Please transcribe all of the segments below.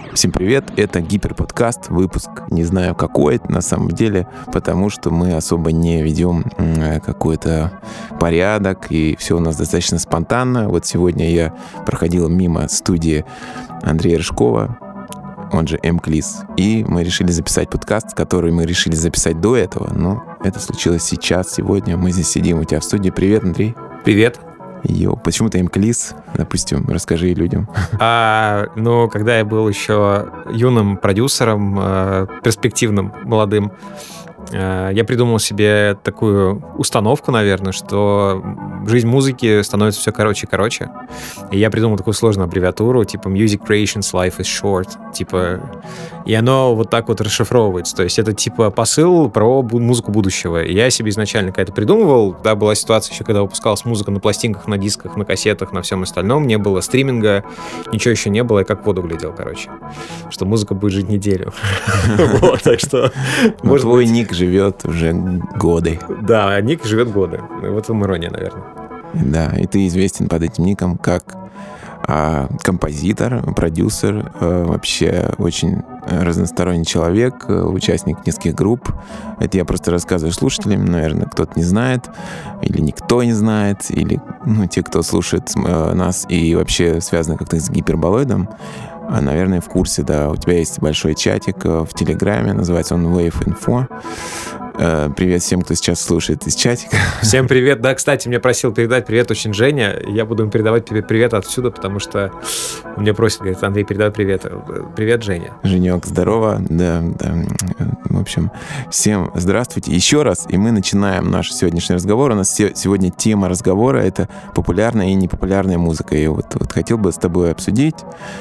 Всем привет, это Гиперподкаст, выпуск не знаю какой на самом деле, потому что мы особо не ведем какой-то порядок, и все у нас достаточно спонтанно. Вот сегодня я проходил мимо студии Андрея Рыжкова, он же М-Клис, и мы решили записать подкаст, который мы решили записать до этого, но это случилось сейчас, сегодня. Мы здесь сидим у тебя в студии. Привет, Андрей. Привет. Йоу, почему ты М-Клис? Допустим, расскажи людям. Когда я был еще юным продюсером, перспективным, молодым, я придумал себе такую установку, наверное, что жизнь музыки становится все короче и короче. И я придумал такую сложную аббревиатуру, типа Music Creation's Life is Short. И оно вот так вот расшифровывается. То есть это типа посыл про музыку будущего. И я себе изначально когда-то придумывал. Да, была ситуация еще, когда выпускалась музыка на пластинках, на дисках, на кассетах, на всем остальном. Не было стриминга, ничего еще не было. Я как в воду глядел, короче. Что музыка будет жить неделю. Вот, так что... Твой ник живет уже годы. Да, ник живет годы. Вот вам ирония, наверное. Да, и ты известен под этим ником как композитор, продюсер, вообще очень разносторонний человек, участник нескольких групп. Это я просто рассказываю слушателям, наверное, кто-то не знает, или никто не знает, или те, кто слушает нас и вообще связаны как-то с гиперболоидом, наверное, в курсе, да. У тебя есть большой чатик в Телеграме, называется он Wave Info. Привет всем, кто сейчас слушает из чатика. Всем привет. Да, кстати, меня просил передать привет очень Женя. Я буду им передавать привет отсюда, потому что он мне просит, говорит, Андрей, передай привет. Привет, Женя. Женек, здорово. Да. В общем, всем здравствуйте еще раз. И мы начинаем наш сегодняшний разговор. У нас сегодня тема разговора — это популярная и непопулярная музыка. И вот хотел бы с тобой обсудить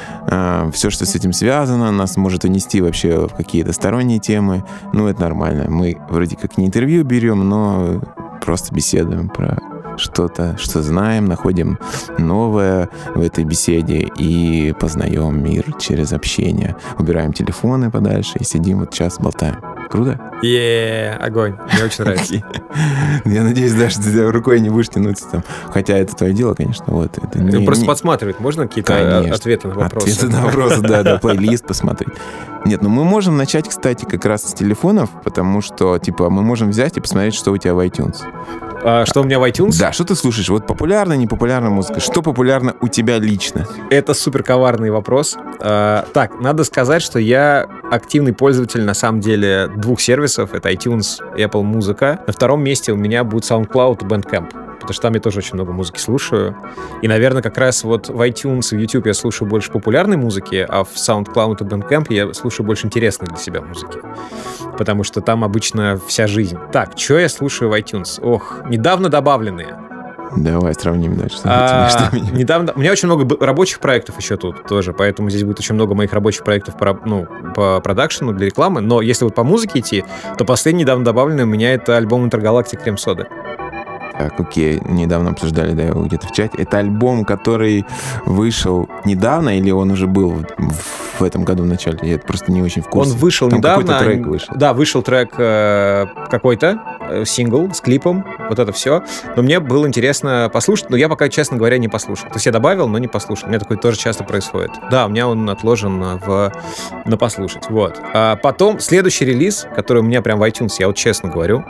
все, что с этим связано. Нас может унести вообще в какие-то сторонние темы. Это нормально. Мы вроде как не интервью берем, но просто беседуем про что-то, что знаем, находим новое в этой беседе и познаем мир через общение. Убираем телефоны подальше и сидим вот час болтаем. Круто? Огонь. Мне очень нравится. Я надеюсь, даже ты рукой не будешь тянуться там. Хотя это твое дело, конечно. Вот. Это просто подсматривать можно какие-то ответы на вопросы? Ответы на вопросы, да, плейлист посмотреть. Нет, мы можем начать, кстати, как раз с телефонов, потому что, мы можем взять и посмотреть, что у тебя в iTunes. Что у меня в iTunes? Да, что ты слушаешь? Вот популярная, непопулярная музыка. Что популярно у тебя лично? Это супер коварный вопрос. Так, надо сказать, что я активный пользователь, на самом деле, двух сервисов. Это iTunes и Apple Music. На втором месте у меня будет SoundCloud и Bandcamp, потому что там я тоже очень много музыки слушаю. И, наверное, как раз вот в iTunes и в YouTube я слушаю больше популярной музыки, а в SoundCloud и Bandcamp я слушаю больше интересной для себя музыки. Потому что там обычно вся жизнь. Так, что я слушаю в iTunes? Недавно добавленные. Давай сравним дальше. Недавно. У меня очень много рабочих проектов еще тут тоже, поэтому здесь будет очень много моих рабочих проектов по продакшену, для рекламы. Но если вот по музыке идти, то последний недавно добавленный у меня это альбом Интергалактик Крем-Сода. Так, окей, недавно обсуждали, да, его где-то в чате. Это альбом, который вышел недавно, или он уже был в этом году в начале? Я просто не очень в курсе. Он вышел там недавно. Какой-то трек вышел. Да, вышел трек какой-то, сингл с клипом, вот это все. Но мне было интересно послушать, но я пока, честно говоря, не послушал. То есть я добавил, но не послушал. У меня такое тоже часто происходит. Да, у меня он отложен на послушать. Вот. А потом следующий релиз, который у меня прям в iTunes, я вот честно говорю,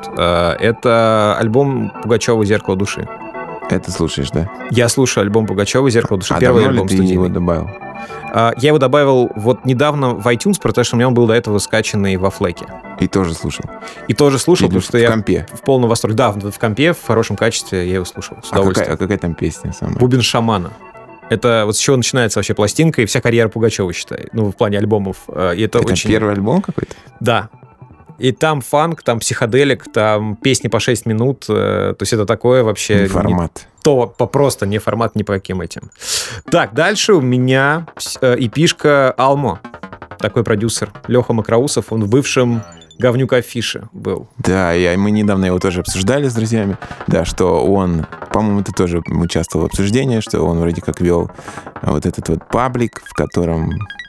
это альбом Пугачева «Зеркало души». Это слушаешь, да? Я слушаю альбом Пугачева «Зеркало души». Первый альбом студийный. Ты его добавил? Я его добавил вот недавно в iTunes, потому что у меня он был до этого скачанный во флеке. И тоже слушал? И тоже слушал, потому что я компе? В полном восторге. Да, в компе, в хорошем качестве я его слушал с удовольствием. Какая там песня самая? «Бубен шамана». Это вот с чего начинается вообще пластинка и вся карьера Пугачева, считай. В плане альбомов. И это очень... первый альбом какой-то? Да. И там фанк, там психоделик, там песни по 6 минут. То есть это такое вообще... Не формат. Просто не формат ни по каким этим. Так, дальше у меня эпишка «Алмо». Такой продюсер. Леха Макроусов. Он в бывшем говнюк Афиши был. Да, мы недавно его тоже обсуждали с друзьями. Да, что он... По-моему, ты тоже участвовал в обсуждении, что он вроде как вел вот этот вот паблик, в котором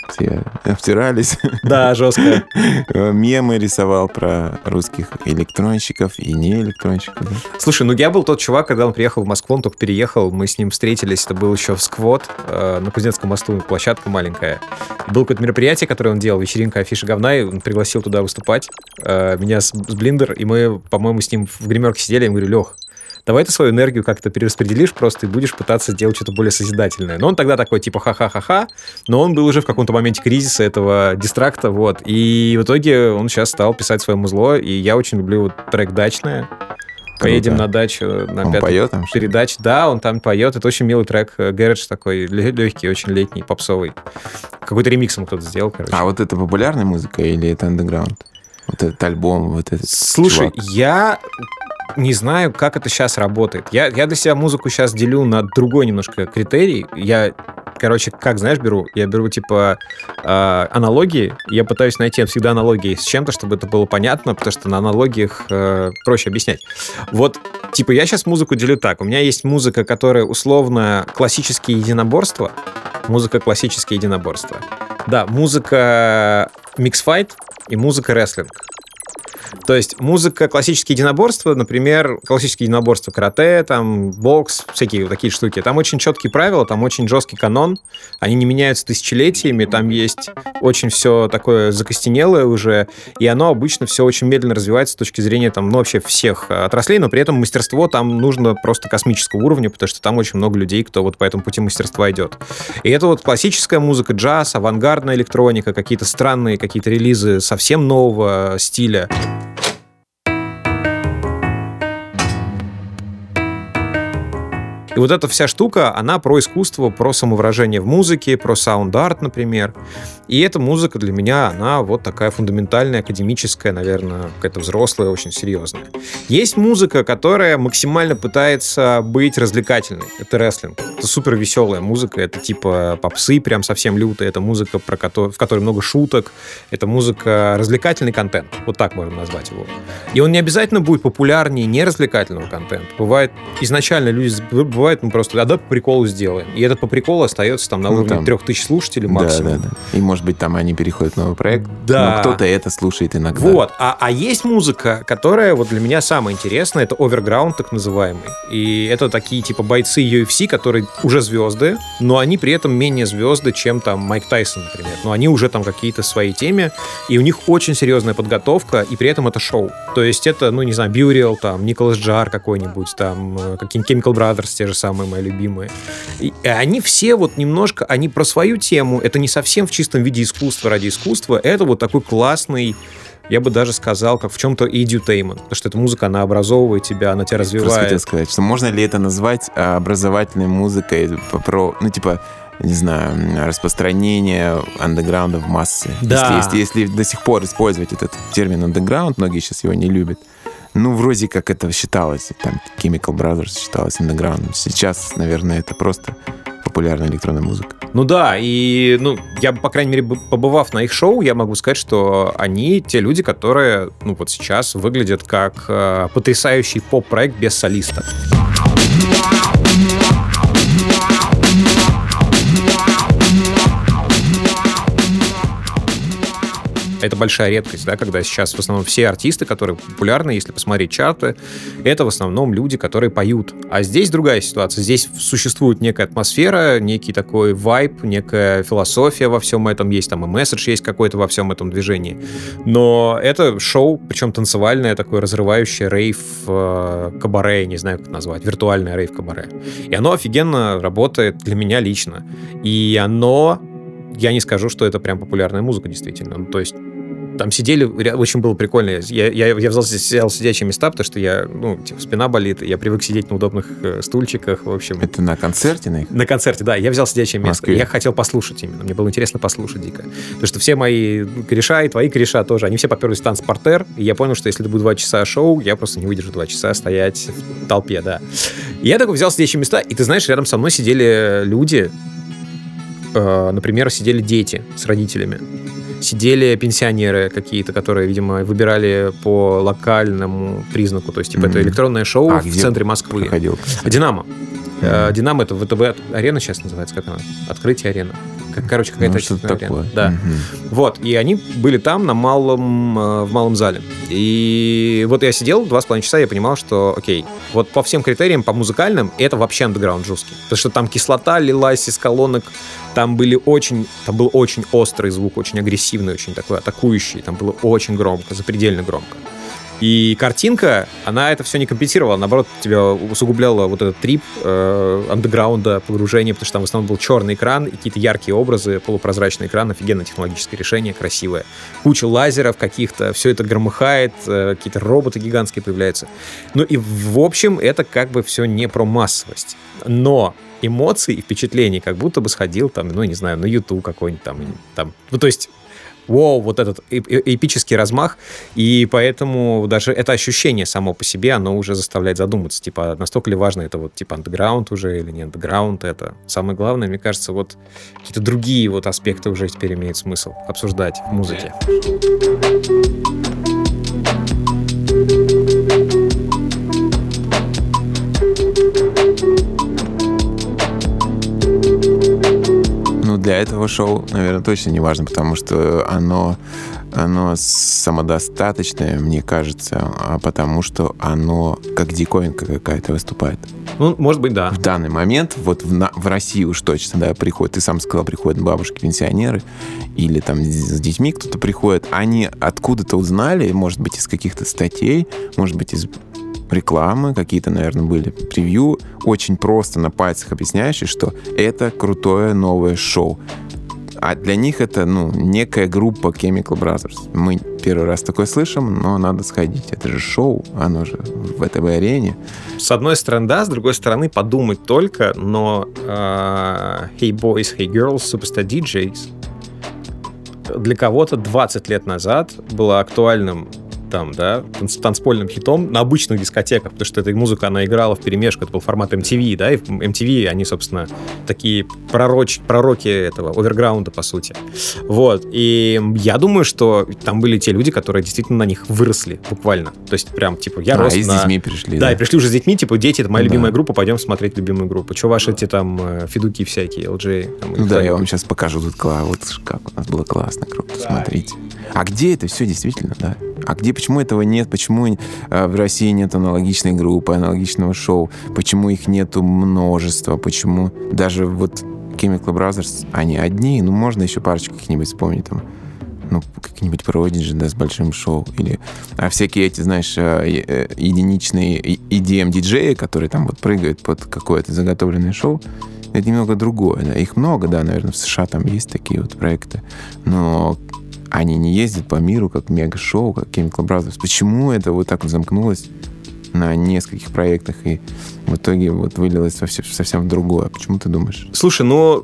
все обтирались. Да, жестко. Мемы рисовал про русских электронщиков и не электронщиков. Да? Слушай, ну я был тот чувак, когда он приехал в Москву, он только переехал, мы с ним встретились, это был еще в Сквот, на Кузнецком мосту, площадка маленькая. И было какое-то мероприятие, которое он делал, вечеринка афиша говна, и он пригласил туда выступать, меня с Блиндер, и мы, по-моему, с ним в гримерке сидели, я ему говорю: Лех, давай ты свою энергию как-то перераспределишь просто и будешь пытаться сделать что-то более созидательное. Но он тогда такой, типа, ха-ха-ха-ха, но он был уже в каком-то моменте кризиса этого дистракта, вот. И в итоге он сейчас стал писать свое музло, и я очень люблю вот трек «Дачная». Поедем на дачу на он поет там, передаче. Да, он там поет. Это очень милый трек. Гэрэдж такой легкий, очень летний, попсовый. Какой-то ремикс он кто-то сделал, короче. А вот это популярная музыка или это андеграунд? Вот этот альбом, вот этот Слушай, чувак. я не знаю, как это сейчас работает. Я для себя музыку сейчас делю на другой немножко критерий. Я, короче, как, знаешь, беру? Я беру, типа, аналогии. Я пытаюсь найти всегда аналогии с чем-то, чтобы это было понятно, потому что на аналогиях проще объяснять. Вот, типа, я сейчас музыку делю так. У меня есть музыка, которая условно классические единоборства. Музыка классические единоборства. Да, музыка миксфайт и музыка рестлинг. То есть музыка классические единоборства, например, классические единоборства карате, там, бокс, всякие вот такие штуки. Там очень четкие правила, там очень жесткий канон, они не меняются тысячелетиями, там есть очень все такое закостенелое уже, и оно обычно все очень медленно развивается с точки зрения там, ну, вообще всех отраслей, но при этом мастерство там нужно просто космического уровня, потому что там очень много людей, кто вот по этому пути мастерства идет. И это вот классическая музыка, джаз, авангардная электроника, какие-то странные какие-то релизы совсем нового стиля. И вот эта вся штука, она про искусство, про самовыражение в музыке, про саунд-арт, например. И эта музыка для меня, она вот такая фундаментальная, академическая, наверное, какая-то взрослая, очень серьезная. Есть музыка, которая максимально пытается быть развлекательной. Это рестлинг. Это супер веселая музыка, это типа попсы прям совсем лютые, это музыка, в которой много шуток, это музыка, развлекательный контент. Вот так можно назвать его. И он не обязательно будет популярнее неразвлекательного контента. Бывает, изначально люди бывает, ну просто, а да, по приколу сделаем. И этот по приколу остается там на уровне там 3000 слушателей максимум. Да. И может быть там они переходят в новый проект. Да. Но кто-то это слушает иногда. Вот. А есть музыка, которая вот для меня самая интересная, это оверграунд так называемый. И это такие типа бойцы UFC, которые уже звезды, но они при этом менее звезды, чем там Майк Тайсон, например. Но они уже там какие-то свои теме, и у них очень серьезная подготовка, и при этом это шоу. То есть это, ну не знаю, Бьюриэл, там, Николас Джар какой-нибудь, там, какие-нибудь Chemical Brothers, те же самые мои любимые. И они все вот немножко, они про свою тему, это не совсем в чистом виде искусства ради искусства, это вот такой классный, я бы даже сказал, как в чем-то edutainment, потому что эта музыка, она образовывает тебя, она тебя развивает. Просто хотел сказать, что можно ли это назвать образовательной музыкой про, ну, типа, не знаю, распространение андеграунда в массы. Да. Если до сих пор использовать этот термин андеграунд, многие сейчас его не любят. Ну, вроде как это считалось, там, Chemical Brothers считалось андеграундом. Сейчас, наверное, это просто популярная электронная музыка. Ну да, и ну, я, по крайней мере, побывав на их шоу, я могу сказать, что они те люди, которые, ну, вот сейчас выглядят как потрясающий поп-проект без солиста. Это большая редкость, да, когда сейчас в основном все артисты, которые популярны, если посмотреть чарты, это в основном люди, которые поют. А здесь другая ситуация. Здесь существует некая атмосфера, некий такой вайб, некая философия во всем этом есть, там и месседж есть какой-то во всем этом движении. Но это шоу, причем танцевальное, такое разрывающее рейв-кабаре, не знаю, как это назвать, виртуальное рейв-кабаре. И оно офигенно работает для меня лично. И оно... Я не скажу, что это прям популярная музыка, действительно. Ну, то есть там сидели, очень было прикольно. Я взял сидячие места, потому что я, ну, типа, спина болит, я привык сидеть на удобных стульчиках, в общем. Это на концерте? На концерте, да. Я взял сидячее место. Я хотел послушать именно. Мне было интересно послушать дико. Потому что все мои кореша и твои кореша тоже, они все поперлись в танцпортер, и я понял, что если это будет 2 часа шоу, я просто не выдержу 2 часа стоять в толпе, да. И я такой взял сидячие места, и ты знаешь, рядом со мной сидели люди, например, сидели дети с родителями. Сидели пенсионеры какие-то, которые, видимо, выбирали по локальному признаку. То есть, типа, это электронное шоу в центре Москвы. Проходил? Динамо. Динамо — это ВТБ-арена сейчас называется, как она? Открытие арена. Короче, какая-то что-то такое. Да. Вот, и они были там в малом зале. И вот я сидел 2,5 часа, я понимал, что, окей, вот по всем критериям, по музыкальным, это вообще андеграунд жесткий. Потому что там кислота лилась из колонок, там был очень острый звук, очень агрессивный, очень такой атакующий, там было очень громко, запредельно громко. И картинка, она это все не компенсировала, наоборот, тебя усугубляла вот этот трип андеграунда, погружение, потому что там в основном был черный экран и какие-то яркие образы, полупрозрачный экран, офигенное технологическое решение, красивое. Куча лазеров каких-то, все это громыхает, какие-то роботы гигантские появляются. Ну и в общем, это как бы все не про массовость. Но эмоции и впечатления как будто бы сходил там, ну, не знаю, на YouTube какой-нибудь там. Ну, то есть вау, вот этот эпический размах, и поэтому даже это ощущение само по себе, оно уже заставляет задуматься, типа, настолько ли важно это вот, типа, андеграунд уже или не андеграунд это. Самое главное, мне кажется, вот какие-то другие вот аспекты уже теперь имеет смысл обсуждать в музыке. Ну, для этого шоу, наверное, точно не важно, потому что оно самодостаточное, мне кажется, а потому что оно как диковинка какая-то выступает. Ну, может быть, да. В данный момент, вот в России уж точно, да, приходят, ты сам сказал, приходят бабушки-пенсионеры, или там с детьми кто-то приходит, они откуда-то узнали, может быть, из каких-то статей, может быть, из рекламы, какие-то, наверное, были превью, очень просто на пальцах объясняющие, что это крутое новое шоу. А для них это, некая группа Chemical Brothers. Мы первый раз такое слышим, но надо сходить. Это же шоу, оно же в ВТБ-арене. С одной стороны, да, с другой стороны, подумать только, но Hey Boys, Hey Girls, Superstar DJs для кого-то 20 лет назад было актуальным танцпольным хитом на обычных дискотеках, потому что эта музыка, она играла вперемешку, это был формат MTV, да, и в MTV они, собственно, такие пророки этого оверграунда, по сути. Вот, и я думаю, что там были те люди, которые действительно на них выросли, буквально. То есть прям, типа, я рос и с детьми пришли. Да, и пришли уже с детьми, типа, дети, это моя любимая группа, пойдем смотреть любимую группу. Че ваши эти там фидуки всякие, LJ? Там, да, я вам сейчас покажу тут, вот как у нас было классно, круто, да. Смотрите. А где это все действительно, да? А почему этого нет? Почему в России нет аналогичной группы, аналогичного шоу? Почему их нету множества? Почему даже вот Chemical Brothers, они одни? Можно еще парочку каких-нибудь вспомнить там. Как-нибудь Prodigy, да, с большим шоу. Или всякие эти, знаешь, единичные EDM-диджеи, которые там вот прыгают под какое-то заготовленное шоу. Это немного другое, да. Их много, да, наверное, в США там есть такие вот проекты. Но они не ездят по миру, как мега-шоу, как Chemical Brothers. Почему это вот так вот замкнулось на нескольких проектах и в итоге вот вылилось совсем в другое? Почему ты думаешь? Слушай,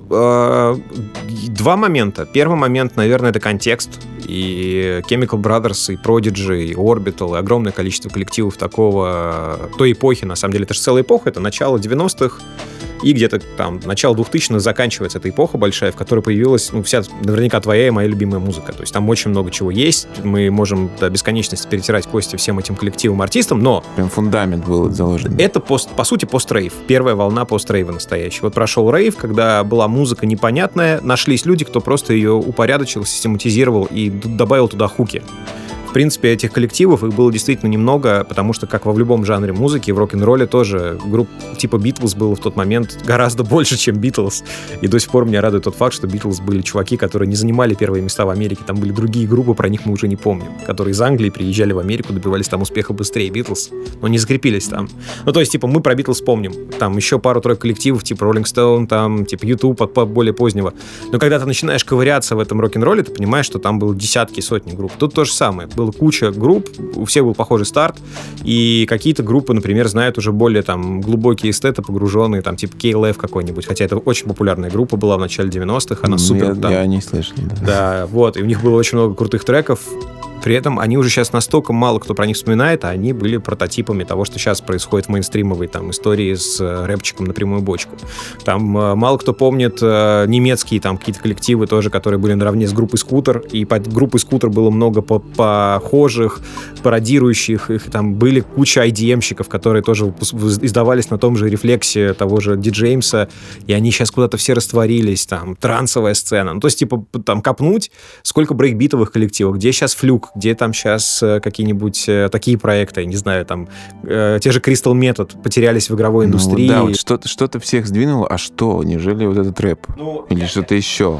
два момента. Первый момент, наверное, это контекст. И Chemical Brothers, и Prodigy, и Orbital, и огромное количество коллективов той эпохи, на самом деле, это же целая эпоха, это начало 90-х, и где-то там начало 2000-х заканчивается эта эпоха большая, в которой появилась, вся наверняка твоя и моя любимая музыка. То есть там очень много чего есть, мы можем до бесконечности перетирать кости всем этим коллективам, артистам, но... Прям фундамент был заложен. Это, по сути, пост-рейв. Первая волна пост-рейва настоящая. Вот прошел рейв, когда была музыка непонятная, нашлись люди, кто просто ее упорядочил, систематизировал и добавил туда хуки. В принципе, этих коллективов, их было действительно немного, потому что, как в любом жанре музыки, в рок-н-ролле тоже групп типа Beatles было в тот момент гораздо больше, чем Beatles. И до сих пор меня радует тот факт, что Beatles были чуваки, которые не занимали первые места в Америке. Там были другие группы, про них мы уже не помним, которые из Англии приезжали в Америку, добивались там успеха быстрее Beatles, но не закрепились там. То есть, типа, мы про Beatles помним. Там еще пару-тройку коллективов, типа Rolling Stone, там, типа YouTube от более позднего. Но когда ты начинаешь ковыряться в этом рок-н-ролле, ты понимаешь, что там было десятки, сотни групп. Тут то же самое. Было куча групп, у всех был похожий старт, и какие-то группы, например, знают уже более там глубокие эстеты, погруженные, там, типа KLF какой-нибудь, хотя это очень популярная группа была в начале 90-х, она супер... Я не слышал. Да, вот, и у них было очень много крутых треков, При этом они уже сейчас настолько мало кто про них вспоминает, а они были прототипами того, что сейчас происходит в мейнстримовой там истории с рэпчиком на прямую бочку. Там мало кто помнит немецкие там какие-то коллективы тоже, которые были наравне с группой «Скутер», и под группой «Скутер» было много похожих, пародирующих их, там были куча IDM-щиков, которые тоже издавались на том же рефлексе того же Ди Джеймса, и они сейчас куда-то все растворились, там, трансовая сцена. Ну, то есть, типа, там, копнуть, сколько брейкбитовых коллективов, где сейчас Флюк, где там сейчас какие-нибудь такие проекты, я не знаю, там, те же Crystal Method потерялись в игровой индустрии. Да, вот что-то всех сдвинуло, а что? Неужели вот этот рэп? Или что-то еще?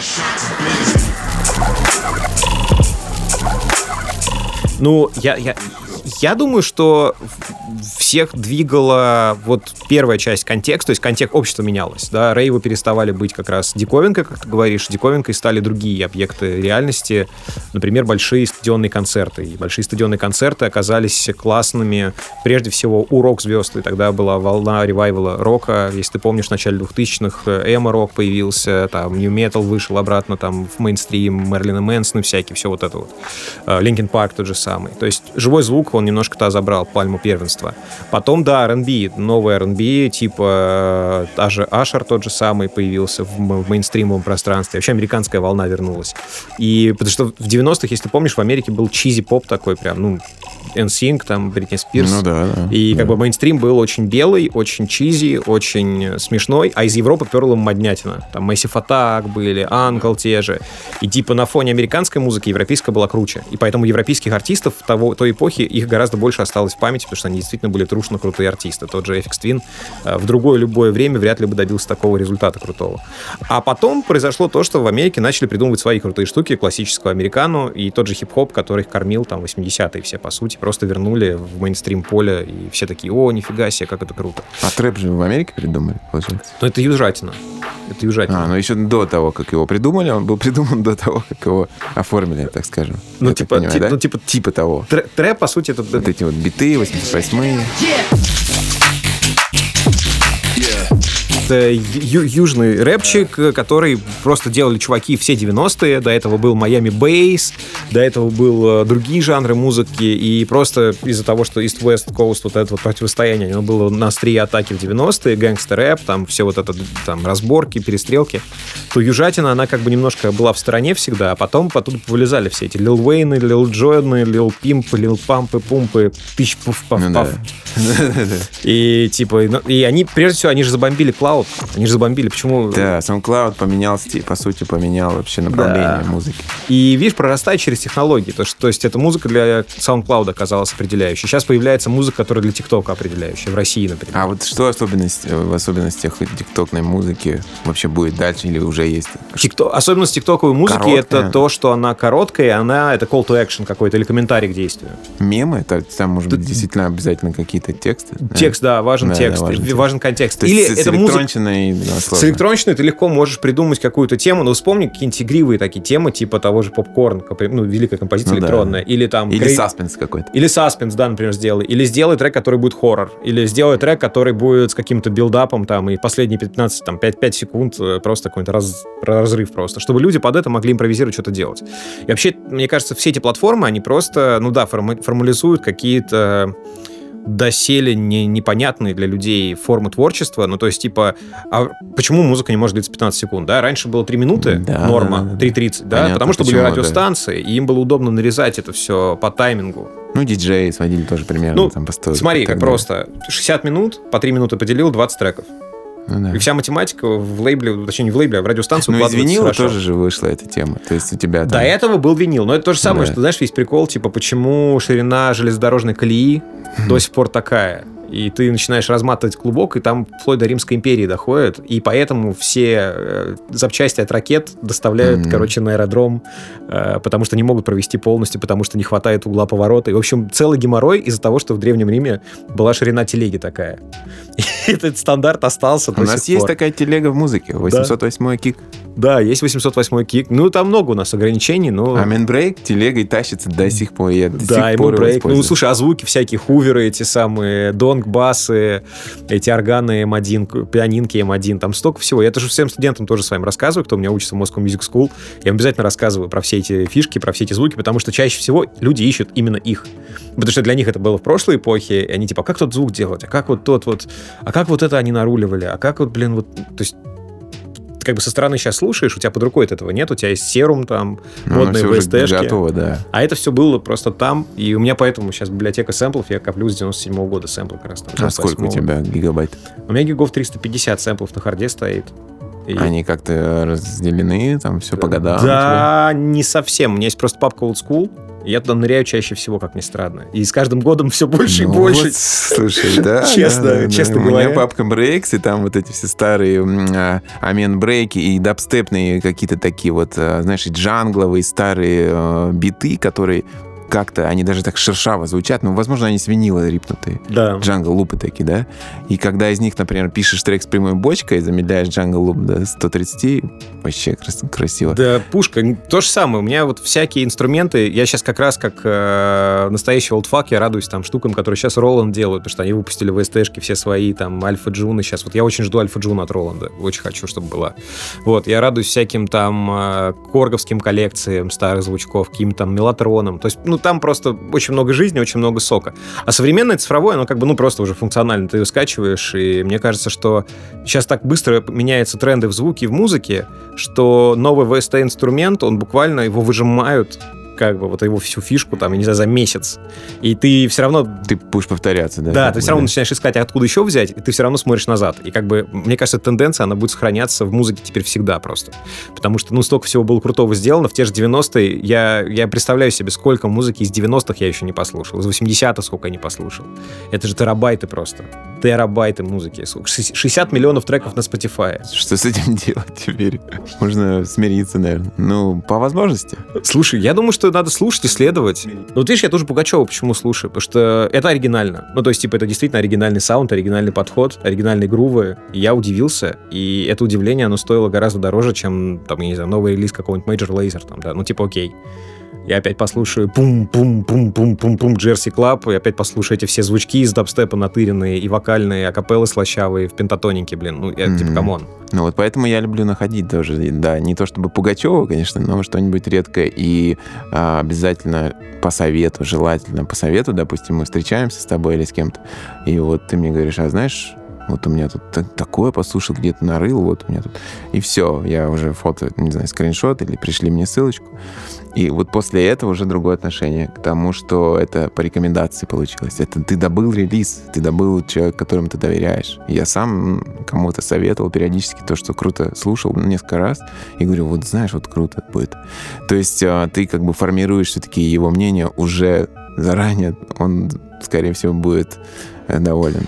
Ну, я думаю, что всех двигала вот первая часть контекста, то есть контекст общества менялось, да, рейвы переставали быть как раз диковинкой, как ты говоришь, диковинкой стали другие объекты реальности, например, большие стадионные концерты, и большие стадионные концерты оказались классными, прежде всего, у рок-звезд, и тогда была волна ревайвала рока, если ты помнишь, в начале 2000-х эмо-рок появился, там, нью-метал вышел обратно, там, в мейнстрим, Мэрилина Мэнсон всякий, все вот это вот, Линкин Парк тот же самый, то есть живой звук, он немножко-то забрал пальму первенства. Потом, да, R&B, новый R&B, типа Ашер тот же самый появился в мейнстримовом пространстве. Вообще американская волна вернулась. И потому что в 90-х, если ты помнишь, в Америке был чизи-поп такой прям, ну, NSYNC, там, Бритни Спирс. Ну да. И как бы мейнстрим был очень белый, очень чизи, очень смешной, а из Европы перла моднятина. Там Massive Attack были, Uncle те же. И типа на фоне американской музыки европейская была круче. И поэтому европейских артистов той эпохи их гораздо больше осталось в памяти, потому что они действительно были трушно крутые артисты. Тот же Aphex Twin в другое любое время вряд ли бы добился такого результата крутого. А потом произошло то, что в Америке начали придумывать свои крутые штуки классического американо, и тот же хип-хоп, который их кормил там 80-е все, по сути, просто вернули в мейнстрим поле, и все такие: о, нифига себе, как это круто. А трэп же в Америке придумали, получается? Ну, это южатина. Это южатина. Ну еще до того, как его придумали, он был придуман до того, как его оформили, так скажем. Ну, типа того. Трэп, по сути, это... Вот эти вот биты, 88-е. Это южный рэпчик, который просто делали чуваки все 90-е. До этого был Miami Bass, до этого был другие жанры музыки. И просто из-за того, что East-West Coast, вот это вот противостояние, оно было на острие атаки в 90-е, гэнгстер-рэп, там все вот это, там разборки, перестрелки, то южатина, она как бы немножко была в стороне всегда, а потом оттуда повылезали все эти Лил Уэйны, Лил Джойны, Лил Пимп, Лил Пампы, Пумпы, Пич, Пуф, Паф, Паф. И типа, и они, прежде всего, они же забомбили Cloud. Они же забомбили. Почему? Да, SoundCloud поменял, по сути, поменял вообще направление музыки. И, видишь, прорастает через технологии. То есть эта музыка для SoundCloud оказалась определяющей. Сейчас появляется музыка, которая для ТикТока определяющая. В России, например. А вот что в особенностях тиктокной музыки вообще будет дальше или уже есть? Особенность тиктоковой музыки — это то, что она короткая, и это call to action какой-то или комментарий к действию. Мемы? Там, может быть, действительно обязательно какие-то тексты? Текст, да, важен текст. Важен контекст. То или это музыка. С электронщиной ты легко можешь придумать какую-то тему, но вспомни какие-нибудь игривые такие темы, типа того же Попкорн, ну, великая композиция электронная, или там... Или саспенс какой-то. Или саспенс, да, например, сделай. Или сделай трек, который будет хоррор. Или сделай трек, который будет с каким-то билдапом, там, и последние 5 секунд просто какой-то разрыв просто, чтобы люди под это могли импровизировать, что-то делать. И вообще, мне кажется, все эти платформы, они просто, формализуют какие-то доселе непонятные для людей формы творчества. Ну, то есть, типа, а почему музыка не может длиться 15 секунд, да? Раньше было 3 минуты, норма, 3:30, да? Понятно, потому что были радиостанции, и им было удобно нарезать это все по таймингу. Ну, диджеи сводили тоже примерно. Там смотри, как просто 60 минут, по 3 минуты поделил, 20 треков. И вся математика в лейбле, точнее, не в лейбле, а в радиостанцию укладывается. Ну, из винила тоже же вышла эта тема. То есть у тебя там... До этого был винил. Но это то же самое, что, знаешь, весь прикол, типа, почему ширина железнодорожной колеи до сих пор такая. И ты начинаешь разматывать клубок, и там вплоть до Римской империи доходит. И поэтому все запчасти от ракет доставляют, на аэродром, потому что не могут провести полностью, потому что не хватает угла поворота. И, в общем, целый геморрой из-за того, что в Древнем Риме была ширина телеги такая. И этот стандарт остался до сих пор. У нас есть такая телега в музыке, 808-й кик. Да, есть 808 кик. Ну, там много у нас ограничений, но... Amen Break телегой тащится до сих пор. Я до сих пор его Break. использую. Ну, слушай, а звуки всякие, хуверы эти самые, донг, басы, эти органы М1, пианинки М1, там столько всего. Я это же всем студентам тоже с вами рассказываю, кто у меня учится в Moscow Music School. Я им обязательно рассказываю про все эти фишки, про все эти звуки, потому что чаще всего люди ищут именно их. Потому что для них это было в прошлой эпохе, и они типа, а как тот звук делать, а как вот тот вот, а как вот это они наруливали, а как вот, блин, вот, то есть ты как бы со стороны сейчас слушаешь, у тебя под рукой этого нет, у тебя есть серум там, модные VST-шки. Готово, да. А это все было просто там, и у меня поэтому сейчас библиотека сэмплов, я коплю с 97-го года сэмплы как раз. Там, а сколько у тебя гигабайт? У меня гигов 350 сэмплов на харде стоит. И... Они как-то разделены, там все по годам? Да, не совсем. У меня есть просто папка Old School, я туда ныряю чаще всего, как ни странно. И с каждым годом все больше и больше. Вот, слушай, да. Честно говоря. У меня папка Breaks, и там вот эти все старые Amen Break и дабстепные какие-то такие вот, знаешь, джангловые старые биты, которые как-то, они даже так шершаво звучат, но, возможно, они с винила рипнутые. Да. Джангл-лупы такие, да? И когда из них, например, пишешь трек с прямой бочкой, замедляешь джангл-луп до 130, вообще красиво. Да, пушка. То же самое. У меня вот всякие инструменты, я сейчас как раз как настоящий олдфак, я радуюсь там штукам, которые сейчас Roland делают, потому что они выпустили VST-шки все свои, там, Альфа Джуны сейчас. Вот я очень жду Альфа Джуна от Роланда. Очень хочу, чтобы была. Вот, я радуюсь всяким там корговским коллекциям старых звучков, каким-то там мелатронам. То есть, ну, там просто очень много жизни, очень много сока. А современное цифровое, оно как бы, ну, просто уже функционально. Ты ее скачиваешь, и мне кажется, что сейчас так быстро меняются тренды в звуке и в музыке, что новый VST-инструмент, он буквально его выжимают, как бы, вот его всю фишку, там, я не знаю, за месяц. И ты все равно... Ты будешь повторяться, да? Да, ты все равно начинаешь искать, откуда еще взять, и ты все равно смотришь назад. И как бы, мне кажется, тенденция, она будет сохраняться в музыке теперь всегда просто. Потому что, ну, столько всего было крутого сделано. В те же 90-е я представляю себе, сколько музыки из 90-х я еще не послушал. Из 80-х сколько я не послушал. Это же терабайты просто. Терабайты музыки. 60 миллионов треков на Spotify. Что с этим делать теперь? Можно смириться, наверное. Ну, по возможности. Слушай, я думаю, что надо слушать, исследовать. Ну, вот видишь, я тоже Пугачева почему слушаю? Потому что это оригинально. Ну, то есть, типа, это действительно оригинальный саунд, оригинальный подход, оригинальные грувы. И я удивился, и это удивление, оно стоило гораздо дороже, чем, там, я не знаю, новый релиз какого-нибудь Major Lazer, там, да. Ну, типа, окей. Я опять послушаю пум-пум-пум-пум-пум-пум Джерси Клаб, и опять послушаю эти все звучки из дабстепа натыренные и вокальные, акапеллы слащавые в пентатонике, блин. Ну, я, типа, камон. Ну, вот поэтому я люблю находить тоже, да, не то чтобы Пугачева, конечно, но что-нибудь редкое и обязательно по совету, желательно по совету, допустим, мы встречаемся с тобой или с кем-то, и вот ты мне говоришь, а знаешь... Вот у меня тут такое послушал, где-то нарыл, вот у меня тут... И все, я уже фото, не знаю, скриншот или пришли мне ссылочку. И вот после этого уже другое отношение к тому, что это по рекомендации получилось. Это ты добыл релиз, ты добыл человека, которому ты доверяешь. Я сам кому-то советовал периодически то, что круто слушал несколько раз, и говорю, вот знаешь, вот круто будет. То есть ты как бы формируешь все-таки его мнение уже заранее, он, скорее всего, будет доволен.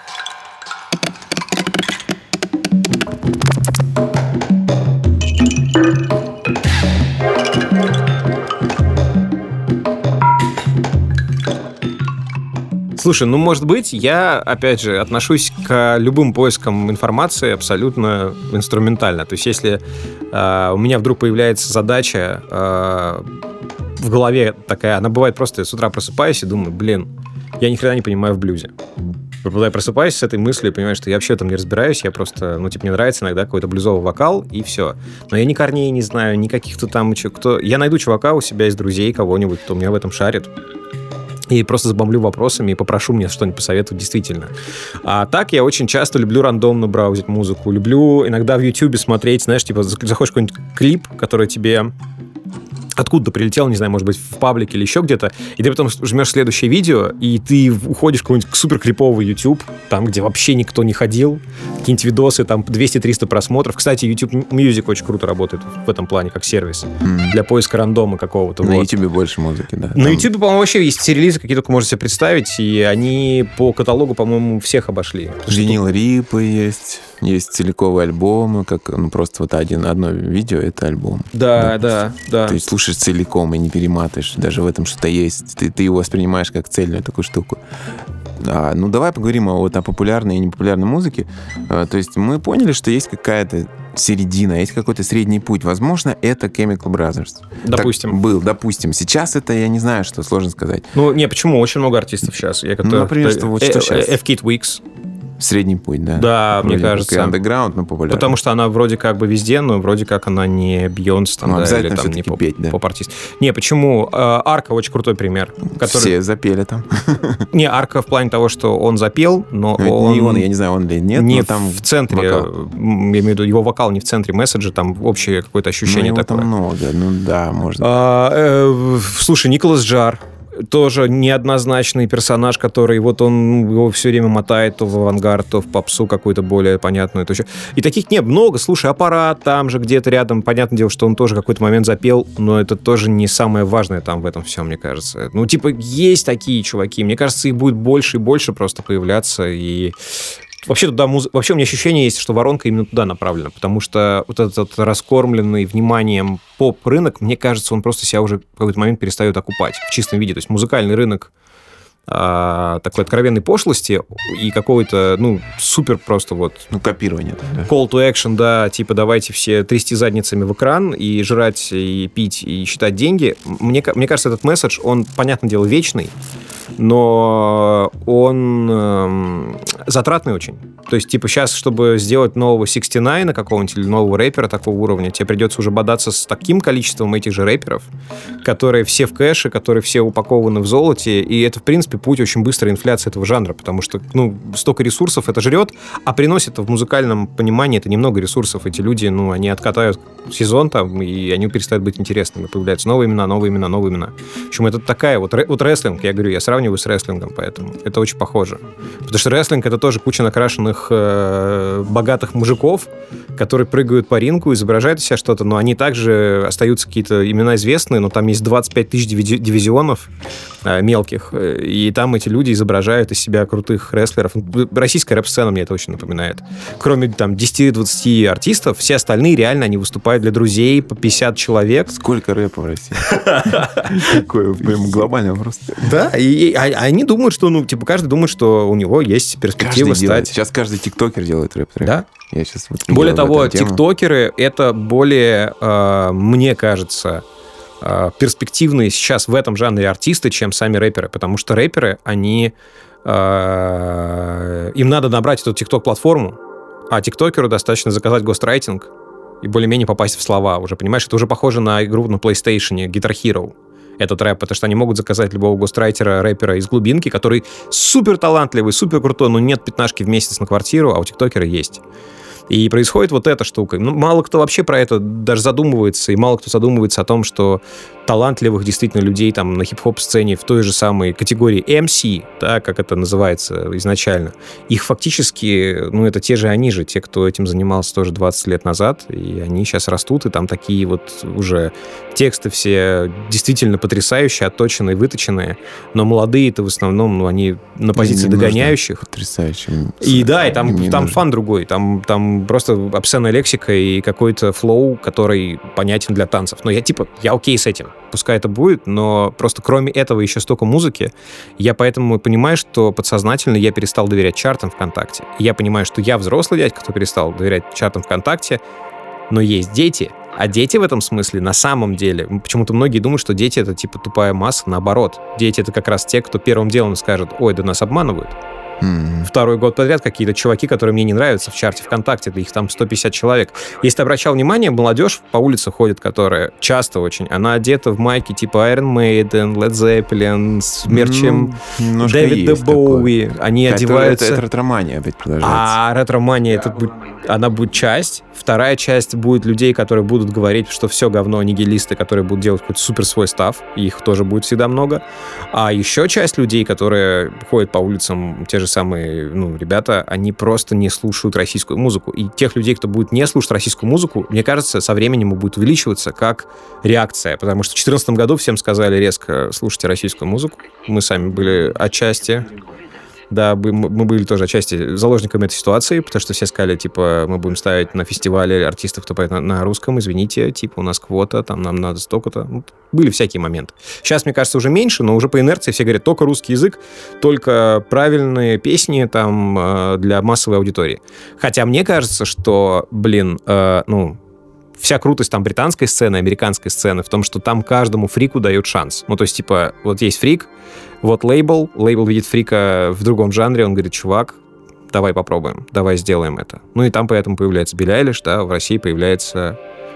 Слушай, ну, может быть, я, опять же, отношусь к любым поискам информации абсолютно инструментально. То есть, если у меня вдруг появляется задача в голове такая, она бывает просто, с утра просыпаюсь и думаю, блин, я ни хрена не понимаю в блюзе. Когда я просыпаюсь с этой мыслью и понимаю, что я вообще там не разбираюсь, я просто, ну, типа, мне нравится иногда какой-то блюзовый вокал, и все. Но я ни корней не знаю, ни каких-то там, кто... Я найду чувака у себя из друзей, кого-нибудь, кто меня в этом шарит, и просто забомблю вопросами и попрошу мне что-нибудь посоветовать действительно. А так я очень часто люблю рандомно браузить музыку, люблю иногда в Ютубе смотреть, знаешь, типа, заходишь в какой-нибудь клип, который тебе откуда-то прилетел, не знаю, может быть, в паблике или еще где-то, и ты потом жмешь следующее видео, и ты уходишь в какой-нибудь супер криповый YouTube, там, где вообще никто не ходил, какие-нибудь видосы, там, 200-300 просмотров. Кстати, YouTube Music очень круто работает в этом плане, как сервис, для поиска рандома какого-то. На YouTube больше музыки, да. На YouTube, по-моему, вообще есть все релизы, какие только можно себе представить, и они по каталогу, по-моему, всех обошли. Винил Рипы есть. Есть целиковые альбомы, как просто вот одно видео — это альбом. Да. Ты слушаешь целиком и не перематываешь, даже в этом что-то есть. Ты его воспринимаешь как цельную такую штуку. Ну, давай поговорим о популярной и непопулярной музыке. То есть мы поняли, что есть какая-то середина, есть какой-то средний путь. Возможно, это Chemical Brothers. Допустим. Допустим. Сейчас это, я не знаю, что сложно сказать. Ну, не, почему? Очень много артистов сейчас. Например, что сейчас? F-Kid Weeks. Средний путь, да? Да, вроде мне кажется. Андеграунд, но популярный. Потому что она вроде как бы везде, но вроде как она не Бейонсе, там, да, или там не петь, да. поп-артист. Не, почему? Арка очень крутой пример. Все запели там. Не, Арка в плане того, что он запел, но он... Не он, я не знаю, он ли нет, не но там в центре, вокал. я имею в виду, его вокал не в центре месседжа, там общее какое-то ощущение такое. Там много, да, может. Слушай, Николас Джар. Тоже неоднозначный персонаж, который вот он его все время мотает то в авангард, то в попсу какую-то более понятную. То еще. И таких нет много. Слушай, Аппарат там же где-то рядом. Понятное дело, что он тоже в какой-то момент запел, но это тоже не самое важное там в этом всем, мне кажется. Ну, типа, есть такие чуваки. Мне кажется, их будет больше и больше просто появляться. И вообще вообще у меня ощущение есть, что воронка именно туда направлена, потому что вот этот раскормленный вниманием поп-рынок, мне кажется, он просто себя уже в какой-то момент перестает окупать в чистом виде. То есть музыкальный рынок такой откровенной пошлости и какой-то, супер просто вот... копирование. Да. Call to action, да, типа давайте все трясти задницами в экран и жрать, и пить, и считать деньги. Мне кажется, этот месседж, он, понятное дело, вечный, но он затратный очень. То есть, типа, сейчас, чтобы сделать нового 69 какого-нибудь или нового рэпера такого уровня, тебе придется уже бодаться с таким количеством этих же рэперов, которые все в кэше, которые все упакованы в золоте, и это, в принципе, путь очень быстрой инфляции этого жанра, потому что, столько ресурсов это жрет, а приносит в музыкальном понимании это немного ресурсов. Эти люди, они откатают сезон там, и они перестают быть интересными. Появляются новые имена. В общем, это такая вот рестлинг, я говорю, я сравниваю с рестлингом, поэтому это очень похоже. Потому что рестлинг — это тоже куча накрашенных богатых мужиков, которые прыгают по рингу, изображают из себя что-то, но они также остаются какие-то имена известные, но там есть 25 тысяч дивизионов мелких, и там эти люди изображают из себя крутых рестлеров. Российская рэп-сцена мне это очень напоминает. Кроме там 10-20 артистов, все остальные реально, они выступают для друзей по 50 человек. Сколько рэпа в России? Такой прям глобальный вопрос. Да, и они думают, что, каждый думает, что у него есть перспектива стать... Сейчас каждый тиктокер делает рэп. Да. Я сейчас более того, тиктокеры — это более, мне кажется, перспективные сейчас в этом жанре артисты, чем сами рэперы, потому что рэперы, им надо набрать эту тикток-платформу, а тиктокеру достаточно заказать гострайтинг и более-менее попасть в слова уже, понимаешь? Это уже похоже на игру на PlayStation, Guitar Hero, этот рэп, потому что они могут заказать любого гострайтера, рэпера из глубинки, который супер талантливый, супер крутой, но нет 15 в месяц на квартиру, а у тиктокера есть. И происходит вот эта штука. Мало кто вообще про это даже задумывается, и мало кто задумывается о том, что талантливых действительно людей там на хип-хоп-сцене в той же самой категории MC, да, как это называется изначально, их фактически, это те же они же, те, кто этим занимался тоже 20 лет назад, и они сейчас растут, и там такие вот уже тексты все действительно потрясающие, отточенные, выточенные, но молодые-то в основном, они на позиции догоняющих. Потрясающе. И да, и там фан другой, там просто обсценная лексика и какой-то флоу, который понятен для танцев. Но я окей с этим. Пускай это будет, но просто кроме этого еще столько музыки. Я поэтому понимаю, что подсознательно я перестал доверять чартам ВКонтакте. Я понимаю, что я взрослый дядька, кто перестал доверять чартам ВКонтакте, но есть дети. А дети в этом смысле на самом деле, почему-то многие думают, что дети — это типа тупая масса, наоборот. Дети — это как раз те, кто первым делом скажет: ой, да нас обманывают. Второй год подряд какие-то чуваки, которые мне не нравятся в чарте ВКонтакте, да их там 150 человек. Если ты обращал внимание, молодежь по улице ходит, которая часто очень, она одета в майки типа Iron Maiden, Led Zeppelin, с мерчем Дэвида Боуи. Они одеваются... Это ретромания опять продолжается. А ретромания, она будет часть. Вторая часть будет людей, которые будут говорить, что все говно, нигилисты, которые будут делать какой-то супер свой став. Их тоже будет всегда много. А еще часть людей, которые ходят по улицам, те же самые, ребята, они просто не слушают российскую музыку. И тех людей, кто будет не слушать российскую музыку, мне кажется, со временем будет увеличиваться как реакция. Потому что в 2014 году всем сказали резко: слушайте российскую музыку. Мы сами были отчасти Да, мы были тоже отчасти заложниками этой ситуации, потому что все сказали, типа, мы будем ставить на фестивале артистов, кто поет на русском, извините, типа, у нас квота, там нам надо столько-то. Ну, были всякие моменты. Сейчас, мне кажется, уже меньше, но уже по инерции все говорят, только русский язык, только правильные песни там для массовой аудитории. Хотя мне кажется, что, вся крутость там британской сцены, американской сцены в том, что там каждому фрику дают шанс. Ну, то есть, типа, вот есть фрик, вот лейбл видит фрика в другом жанре, он говорит, чувак, давай попробуем, давай сделаем это. Ну, и там поэтому появляется Билли Айлиш, да, в России появляется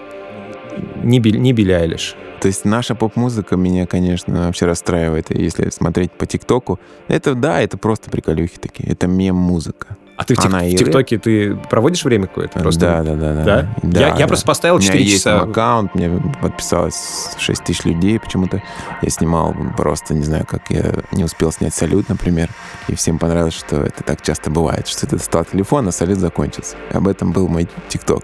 не Билли Айлиш. То есть наша поп-музыка меня, конечно, вообще расстраивает. Если смотреть по ТикТоку, это просто приколюхи такие, это мем-музыка. А ты в ТикТоке ты проводишь время какое-то? Просто? Да. Я просто поставил 4 часа. У меня есть аккаунт, мне подписалось 6 тысяч людей почему-то. Я снимал просто, не знаю, как я не успел снять салют, например. И всем понравилось, что это так часто бывает, что ты достал телефон, а салют закончился. Об этом был мой ТикТок.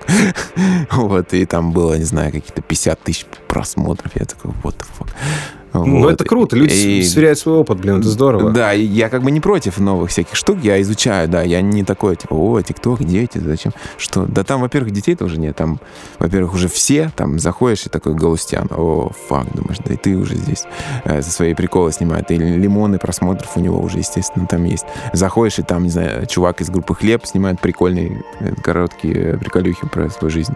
Вот, и там было, не знаю, какие-то 50 тысяч просмотров. Я такой, what the fuck. Ну, это круто, люди сверяют свой опыт, это здорово. Да, я как бы не против новых всяких штук, я изучаю, да, я не такой, типа, ТикТок, дети, зачем? Что? Да там, во-первых, детей тоже нет, там, во-первых, уже все, там, заходишь и такой Галустян, думаешь, да и ты уже здесь со своей приколы снимает, и лимоны просмотров у него уже, естественно, там есть. Заходишь, и там, не знаю, чувак из группы «Хлеб» снимает прикольные, короткие приколюхи про свою жизнь.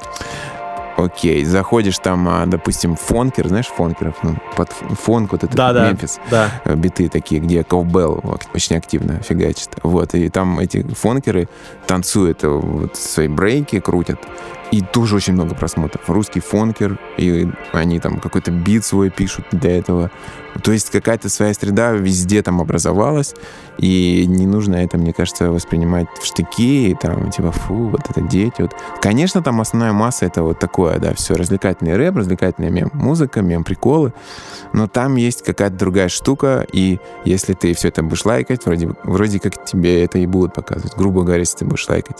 Окей, заходишь там, допустим, фонкер, знаешь, фонкеров, под фонк вот этот Мемфис, биты такие, где Ковбелл очень активно фигачит. Вот, и там эти фонкеры танцуют, вот свои брейки крутят, и тоже очень много просмотров. Русский фонкер, и они там какой-то бит свой пишут для этого. То есть какая-то своя среда везде там образовалась, и не нужно это, мне кажется, воспринимать в штыки, и там, типа, вот это дети. Вот. Конечно, там основная масса — это вот такое, да, все, развлекательный рэп, развлекательная мем-музыка, мем-приколы, но там есть какая-то другая штука, и если ты все это будешь лайкать, вроде как тебе это и будут показывать. Грубо говоря, если ты будешь лайкать,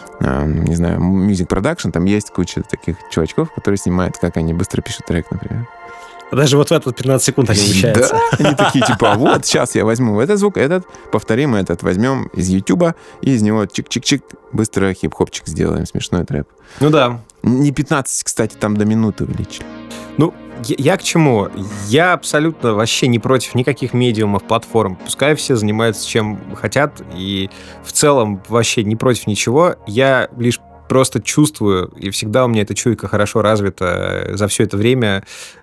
не знаю, Music Production, там есть куча таких чувачков, которые снимают, как они быстро пишут трек, например. Даже вот в этот 15 секунд они вмещаются. Да, они такие, типа, вот, сейчас я возьму этот звук, этот, повторим этот, возьмем из Ютуба, и из него чик-чик-чик, быстро хип-хопчик сделаем, смешной трэп. Ну да. Не 15, кстати, там до минуты увеличили. Ну, я к чему? Я абсолютно вообще не против никаких медиумов, платформ. Пускай все занимаются чем хотят, и в целом вообще не против ничего. Я лишь просто чувствую, и всегда у меня эта чуйка хорошо развита за все это время.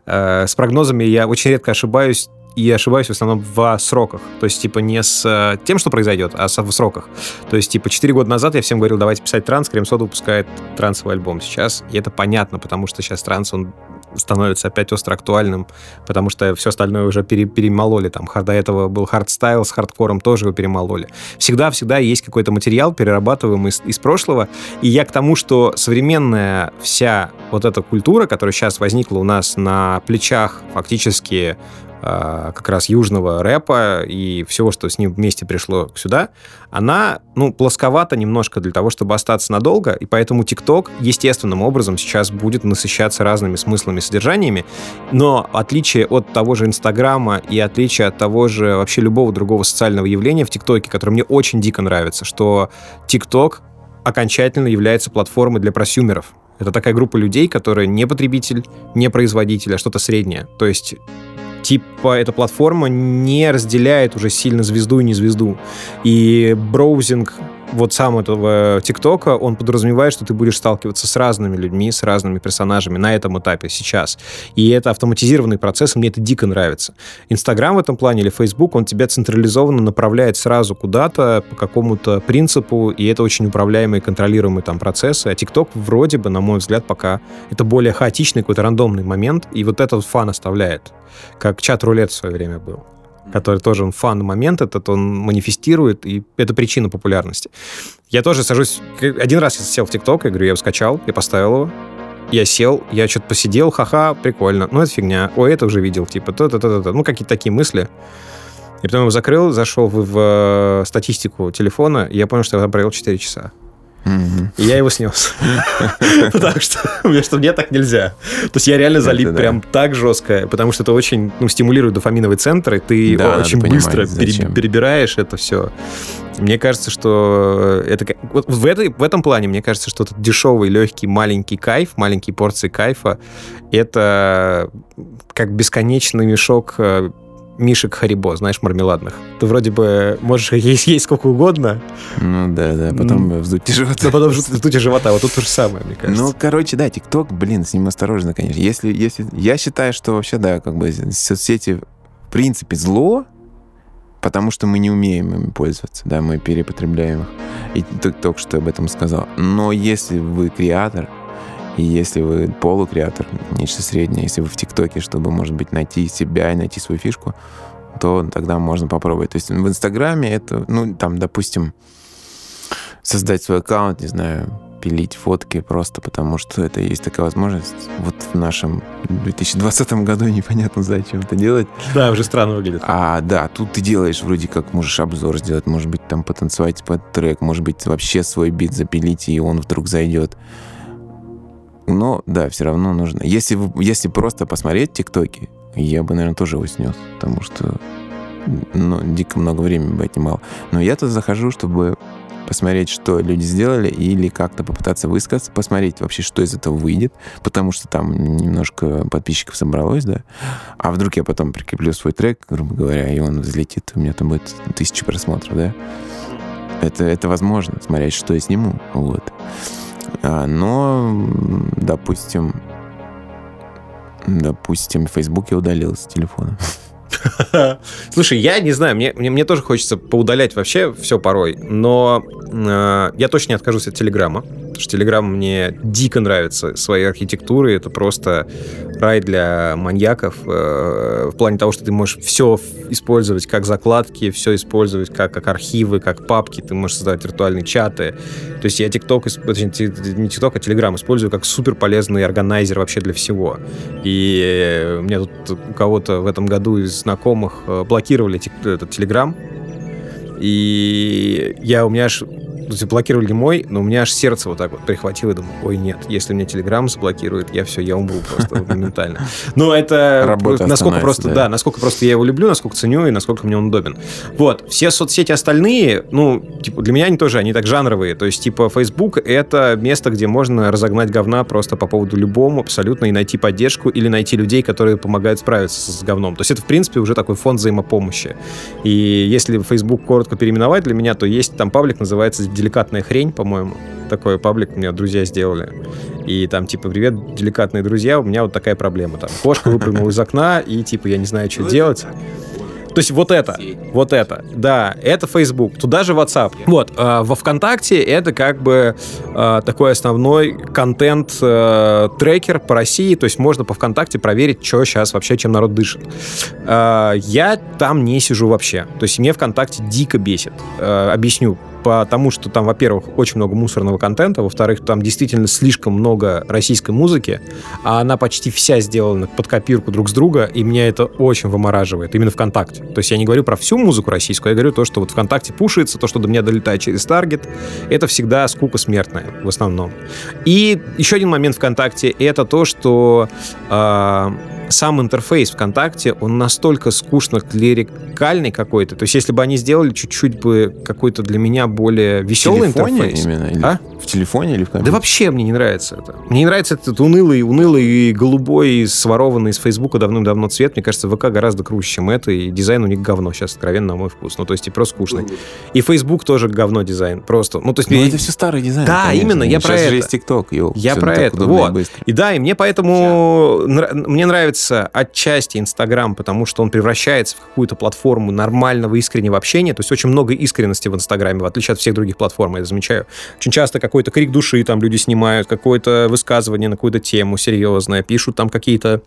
С прогнозами я очень редко ошибаюсь, и ошибаюсь в основном в сроках. То есть, типа, не с тем, что произойдет, а в сроках. То есть, типа, 4 года назад я всем говорил, давайте писать транс, Крем-Сода выпускает трансовый альбом сейчас. И это понятно, потому что сейчас транс, он становится опять остро актуальным, потому что все остальное уже перемололи. Там до этого был хардстайл с хардкором, тоже его перемололи. Всегда есть какой-то материал, перерабатываемый из прошлого. И я к тому, что современная вся вот эта культура, которая сейчас возникла у нас на плечах фактически как раз южного рэпа и всего, что с ним вместе пришло сюда, она, плосковата немножко для того, чтобы остаться надолго, и поэтому ТикТок естественным образом сейчас будет насыщаться разными смыслами, содержаниями, но отличие от того же Инстаграма и отличие от того же вообще любого другого социального явления в ТикТоке, которое мне очень дико нравится, что ТикТок окончательно является платформой для просюмеров. Это такая группа людей, которые не потребитель, не производитель, а что-то среднее. То есть типа эта платформа не разделяет уже сильно звезду и не звезду. И браузинг вот сам этого ТикТока, он подразумевает, что ты будешь сталкиваться с разными людьми, с разными персонажами на этом этапе сейчас. И это автоматизированный процесс, и мне это дико нравится. Инстаграм в этом плане или Фейсбук, он тебя централизованно направляет сразу куда-то по какому-то принципу, и это очень управляемые, контролируемые там процессы. А ТикТок вроде бы, на мой взгляд, пока это более хаотичный какой-то рандомный момент, и вот этот фан оставляет. Как чат-рулет в свое время был, который тоже он фан-момент этот, он манифестирует, и это причина популярности. Я тоже сажусь... Один раз я сел в ТикТок, я говорю, я его скачал, я поставил его, я сел, я что-то посидел, ха-ха, прикольно, это фигня, это уже видел, типа, то-то-то-то, какие-то такие мысли. И потом его закрыл, зашел в статистику телефона, и я понял, что я там провел 4 часа. И я его снес. Потому что мне так нельзя. То есть я реально залип прям так жестко, потому что это очень стимулирует дофаминовый центр, и ты очень быстро перебираешь это все. Мне кажется, что это в этом плане, мне кажется, что этот дешевый, легкий, маленький кайф, маленькие порции кайфа, это как бесконечный мешок мишек Харибо, знаешь, мармеладных. Ты вроде бы можешь есть сколько угодно. Ну да, потом вздутие живота. Но потом вздутие живота, вот тут то же самое, мне кажется. Ну, короче, да, ТикТок, с ним осторожно, конечно. Если я считаю, что вообще, да, как бы соцсети в принципе зло, потому что мы не умеем ими пользоваться, да, мы перепотребляем их. И ты только что об этом сказал. Но если вы креатор, и если вы полукреатор, нечто среднее, если вы в ТикТоке, чтобы, может быть, найти себя и найти свою фишку, то тогда можно попробовать. То есть в Инстаграме это, там, допустим, создать свой аккаунт, не знаю, пилить фотки просто потому, что это есть такая возможность. Вот в нашем 2020 году непонятно, зачем это делать. Да, уже странно выглядит. Да, тут ты делаешь вроде как, можешь обзор сделать, может быть, там потанцевать под трек, может быть, вообще свой бит запилить, и он вдруг зайдет. Но, да, все равно нужно. Если просто посмотреть ТикТоки, я бы, наверное, тоже его снес, потому что дико много времени бы отнимал. Но я-то захожу, чтобы посмотреть, что люди сделали, или как-то попытаться высказаться, посмотреть вообще, что из этого выйдет, потому что там немножко подписчиков собралось, да. А вдруг я потом прикреплю свой трек, грубо говоря, и он взлетит, у меня там будет 1000 просмотров, да. Это возможно, смотреть, что я сниму, вот. Но, допустим, в Фейсбуке удалил с телефона. Слушай, я не знаю, мне тоже хочется поудалять вообще все порой, но я точно не откажусь от Телеграма, потому что Телеграм мне дико нравится своей архитектурой, это просто рай для маньяков в плане того, что ты можешь все использовать как закладки, все использовать как архивы, как папки, ты можешь создавать виртуальные чаты. То есть я ТикТок, не ТикТок, а Телеграм использую как супер полезный органайзер вообще для всего. И у меня тут у кого-то в этом году из знакомых блокировали этот Телеграм, и у меня аж заблокировали мой, но у меня аж сердце вот так вот прихватило, и думаю, ой, нет, если мне Телеграм заблокирует, я умру просто моментально. Но это насколько просто я его люблю, насколько ценю и насколько мне он удобен. Вот, все соцсети остальные, для меня они так жанровые, то есть, Facebook — это место, где можно разогнать говна просто по поводу любому абсолютно и найти поддержку или найти людей, которые помогают справиться с говном. То есть это, в принципе, уже такой фонд взаимопомощи. И если Facebook коротко переименовать для меня, то есть там паблик, называется «Деликатная хрень», по-моему. Такой паблик мне друзья сделали. И там, привет, деликатные друзья, у меня вот такая проблема. Там кошка выпрыгнула из окна, и, я не знаю, что делать. То есть вот это, да, это Facebook, туда же WhatsApp. Вот, во ВКонтакте это как бы такой основной контент-трекер по России, то есть можно по ВКонтакте проверить, что сейчас вообще, чем народ дышит. Я там не сижу вообще, то есть мне ВКонтакте дико бесит. Объясню. Потому что там, во-первых, очень много мусорного контента, во-вторых, там действительно слишком много российской музыки, а она почти вся сделана под копирку друг с друга, и меня это очень вымораживает, именно ВКонтакте. То есть я не говорю про всю музыку российскую, я говорю то, что вот ВКонтакте пушится, то, что до меня долетает через таргет, это всегда скука смертная в основном. И еще один момент ВКонтакте — это то, что сам интерфейс ВКонтакте, он настолько скучно клерикальный какой-то. То есть если бы они сделали чуть-чуть бы какой-то для меня более веселый интерфейс. Именно? Или в телефоне или в компьютере? Да вообще мне не нравится это. Мне не нравится этот унылый и голубой, сворованный из Фейсбука давным-давно цвет. Мне кажется, ВК гораздо круче, чем это, и дизайн у них говно сейчас, откровенно, на мой вкус. То есть и просто скучный. И Facebook тоже говно дизайн. Просто. Это все старый дизайн. Да, конечно. Именно, я про это. Сейчас же есть ТикТок. Я про это. Вот. И да, и мне поэтому мне нравится отчасти Инстаграм, потому что он превращается в какую-то платформу нормального, искреннего общения. То есть очень много искренности в Инстаграме, в отличие от всех других платформ, я замечаю. Очень часто какой-то крик души там люди снимают, какое-то высказывание на какую-то тему серьезное, пишут там какие-то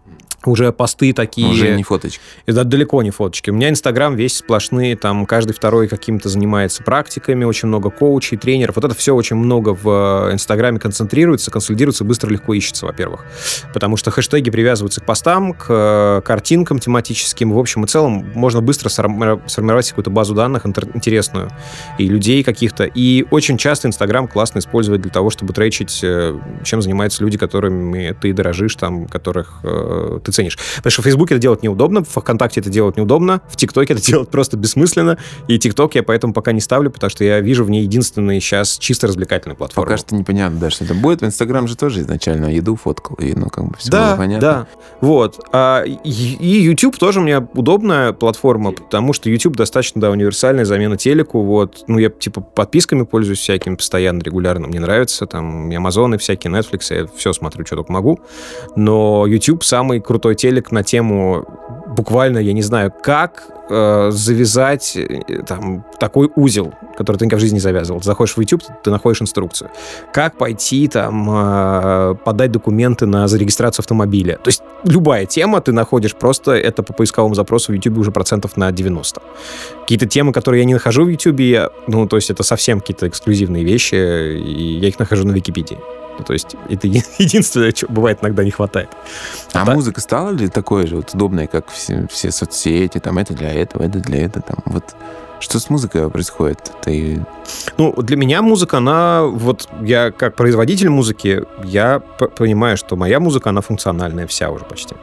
уже посты такие... Уже не фоточки. Это далеко не фоточки. У меня Инстаграм весь сплошные, там каждый второй каким-то занимается практиками, очень много коучей, тренеров. Вот это все очень много в Инстаграме концентрируется, консолидируется, быстро, легко ищется, во-первых. Потому что хэштеги привязываются к постам, к картинкам тематическим. В общем и целом можно быстро сформировать какую-то базу данных интересную и людей каких-то. И очень часто Инстаграм классно использовать для того, чтобы тречить, чем занимаются люди, которыми ты дорожишь, там, которых ты ценишь. Потому что в Фейсбуке это делать неудобно, в ВКонтакте это делать неудобно, в ТикТоке это делать просто бессмысленно, и ТикТок я поэтому пока не ставлю, потому что я вижу в ней единственную сейчас чисто развлекательную платформу. Пока что непонятно, да, что это будет. В Инстаграм же тоже изначально еду фоткал, и, ну, как бы все да, было понятно. Да, вот. И YouTube тоже у меня удобная платформа, потому что YouTube достаточно, да, универсальная замена телеку, вот. Ну, я, типа, подписками пользуюсь всякими постоянно, регулярно, мне нравится, там, и Amazon, и всякие Netflix, я все смотрю, что только могу, но YouTube самый крутой телек на тему буквально, я не знаю, как завязать там такой узел, который ты никогда в жизни не завязывал. Ты заходишь в YouTube, ты находишь инструкцию. Как пойти там подать документы на зарегистрацию автомобиля. То есть любая тема ты находишь просто, это по поисковому запросу в YouTube уже процентов на 90. Какие-то темы, которые я не нахожу в YouTube, ну, то есть это совсем какие-то эксклюзивные вещи, и я их нахожу на Википедии. Ну, то есть это единственное, чего бывает иногда не хватает. А музыка стала ли такой же вот удобной, как все соцсети, там это для этого, это для этого, там вот что с музыкой происходит? Ну, для меня музыка, она вот я как производитель музыки, я понимаю, что моя музыка, она функциональная вся уже почти.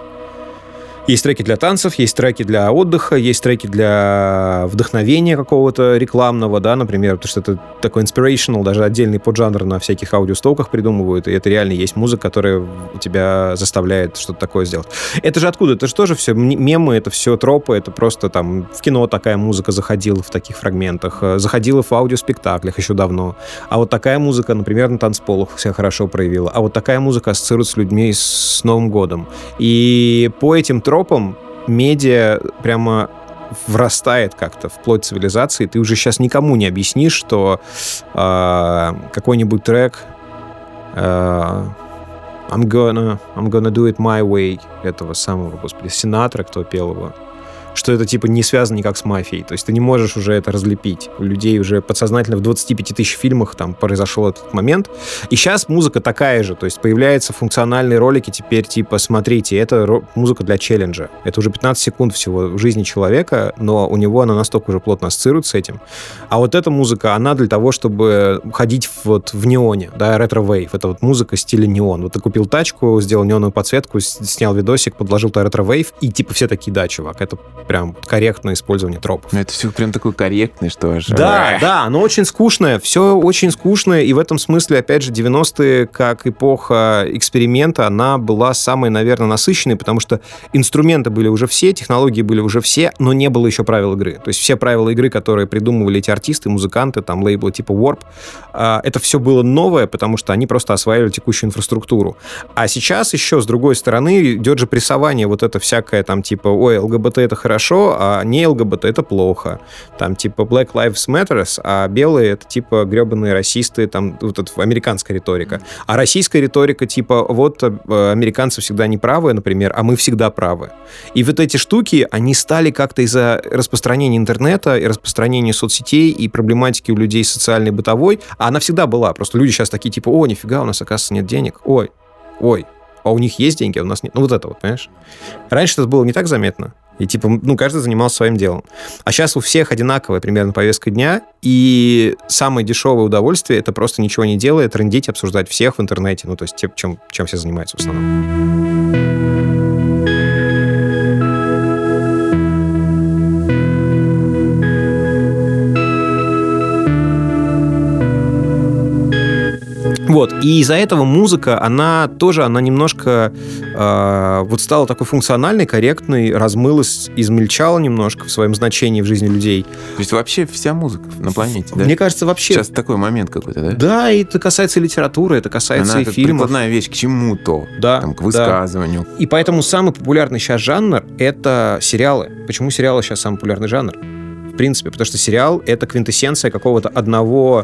Есть треки для танцев, есть треки для отдыха, есть треки для вдохновения какого-то рекламного, да, например, потому что это такой inspirational, даже отдельный поджанр на всяких аудиостоках придумывают, и это реально есть музыка, которая тебя заставляет что-то такое сделать. Это же откуда? Это же тоже все мемы, это все тропы, это просто там в кино такая музыка заходила в таких фрагментах, заходила в аудиоспектаклях еще давно, а вот такая музыка, например, на танцполах себя хорошо проявила, а вот такая музыка ассоциируется с людьми с Новым годом. И по этим тропам медиа прямо врастает как-то в плоть цивилизации. Ты уже сейчас никому не объяснишь, что какой-нибудь трек I'm gonna do it my way этого самого, господи, Синатра, кто пел его, что это типа не связано никак с мафией. То есть ты не можешь уже это разлепить. У людей уже подсознательно в 25 тысяч фильмах там произошел этот момент. И сейчас музыка такая же. То есть появляются функциональные ролики теперь типа, смотрите, это музыка для челленджа. Это уже 15 секунд всего в жизни человека, но у него она настолько уже плотно ассоциируется с этим. А вот эта музыка, она для того, чтобы ходить вот в неоне, да, ретро-вейв. Это вот музыка стиля неон. Вот ты купил тачку, сделал неоновую подсветку, снял видосик, подложил туда ретро-вейв, и типа все такие, да, чувак, это прям корректное использование тропов. Это все прям такое корректное, что аж... Да, оно очень скучное, все очень скучное, и в этом смысле, опять же, 90-е, как эпоха эксперимента, она была самой, наверное, насыщенной, потому что инструменты были уже все, технологии были уже все, но не было еще правил игры. То есть все правила игры, которые придумывали эти артисты, музыканты, там, лейблы типа Warp, это все было новое, потому что они просто осваивали текущую инфраструктуру. А сейчас еще, с другой стороны, идет же прессование, вот это всякое, там, типа, ой, ЛГБТ это хорошо, а не ЛГБТ это плохо. Там типа Black Lives Matter, а белые это типа гребаные расисты, там вот это американская риторика. А российская риторика типа вот американцы всегда неправы, например, а мы всегда правы. И вот эти штуки, они стали как-то из-за распространения интернета и распространения соцсетей и проблематики у людей социальной, бытовой, а она всегда была. Просто люди сейчас такие типа, о, нифига, у нас, оказывается, нет денег. Ой, а у них есть деньги, а у нас нет. Ну вот это вот, понимаешь? Раньше это было не так заметно. И типа, ну, каждый занимался своим делом. А сейчас у всех одинаковая примерно повестка дня, и самое дешевое удовольствие — это просто ничего не делать, трындить, обсуждать всех в интернете. Ну, то есть чем все занимаются в основном. Вот, и из-за этого музыка, она немножко вот стала такой функциональной, корректной, размылась, измельчала немножко в своем значении в жизни людей. То есть вообще вся музыка на планете, да? Мне кажется, вообще... Сейчас такой момент какой-то, да? Да, и это касается литературы, это касается она и фильмов. Она прикладная вещь к чему-то, да, там, к высказыванию. Да. И поэтому самый популярный сейчас жанр — это сериалы. Почему сериалы сейчас самый популярный жанр? принципе, потому что сериал — это квинтэссенция какого-то одного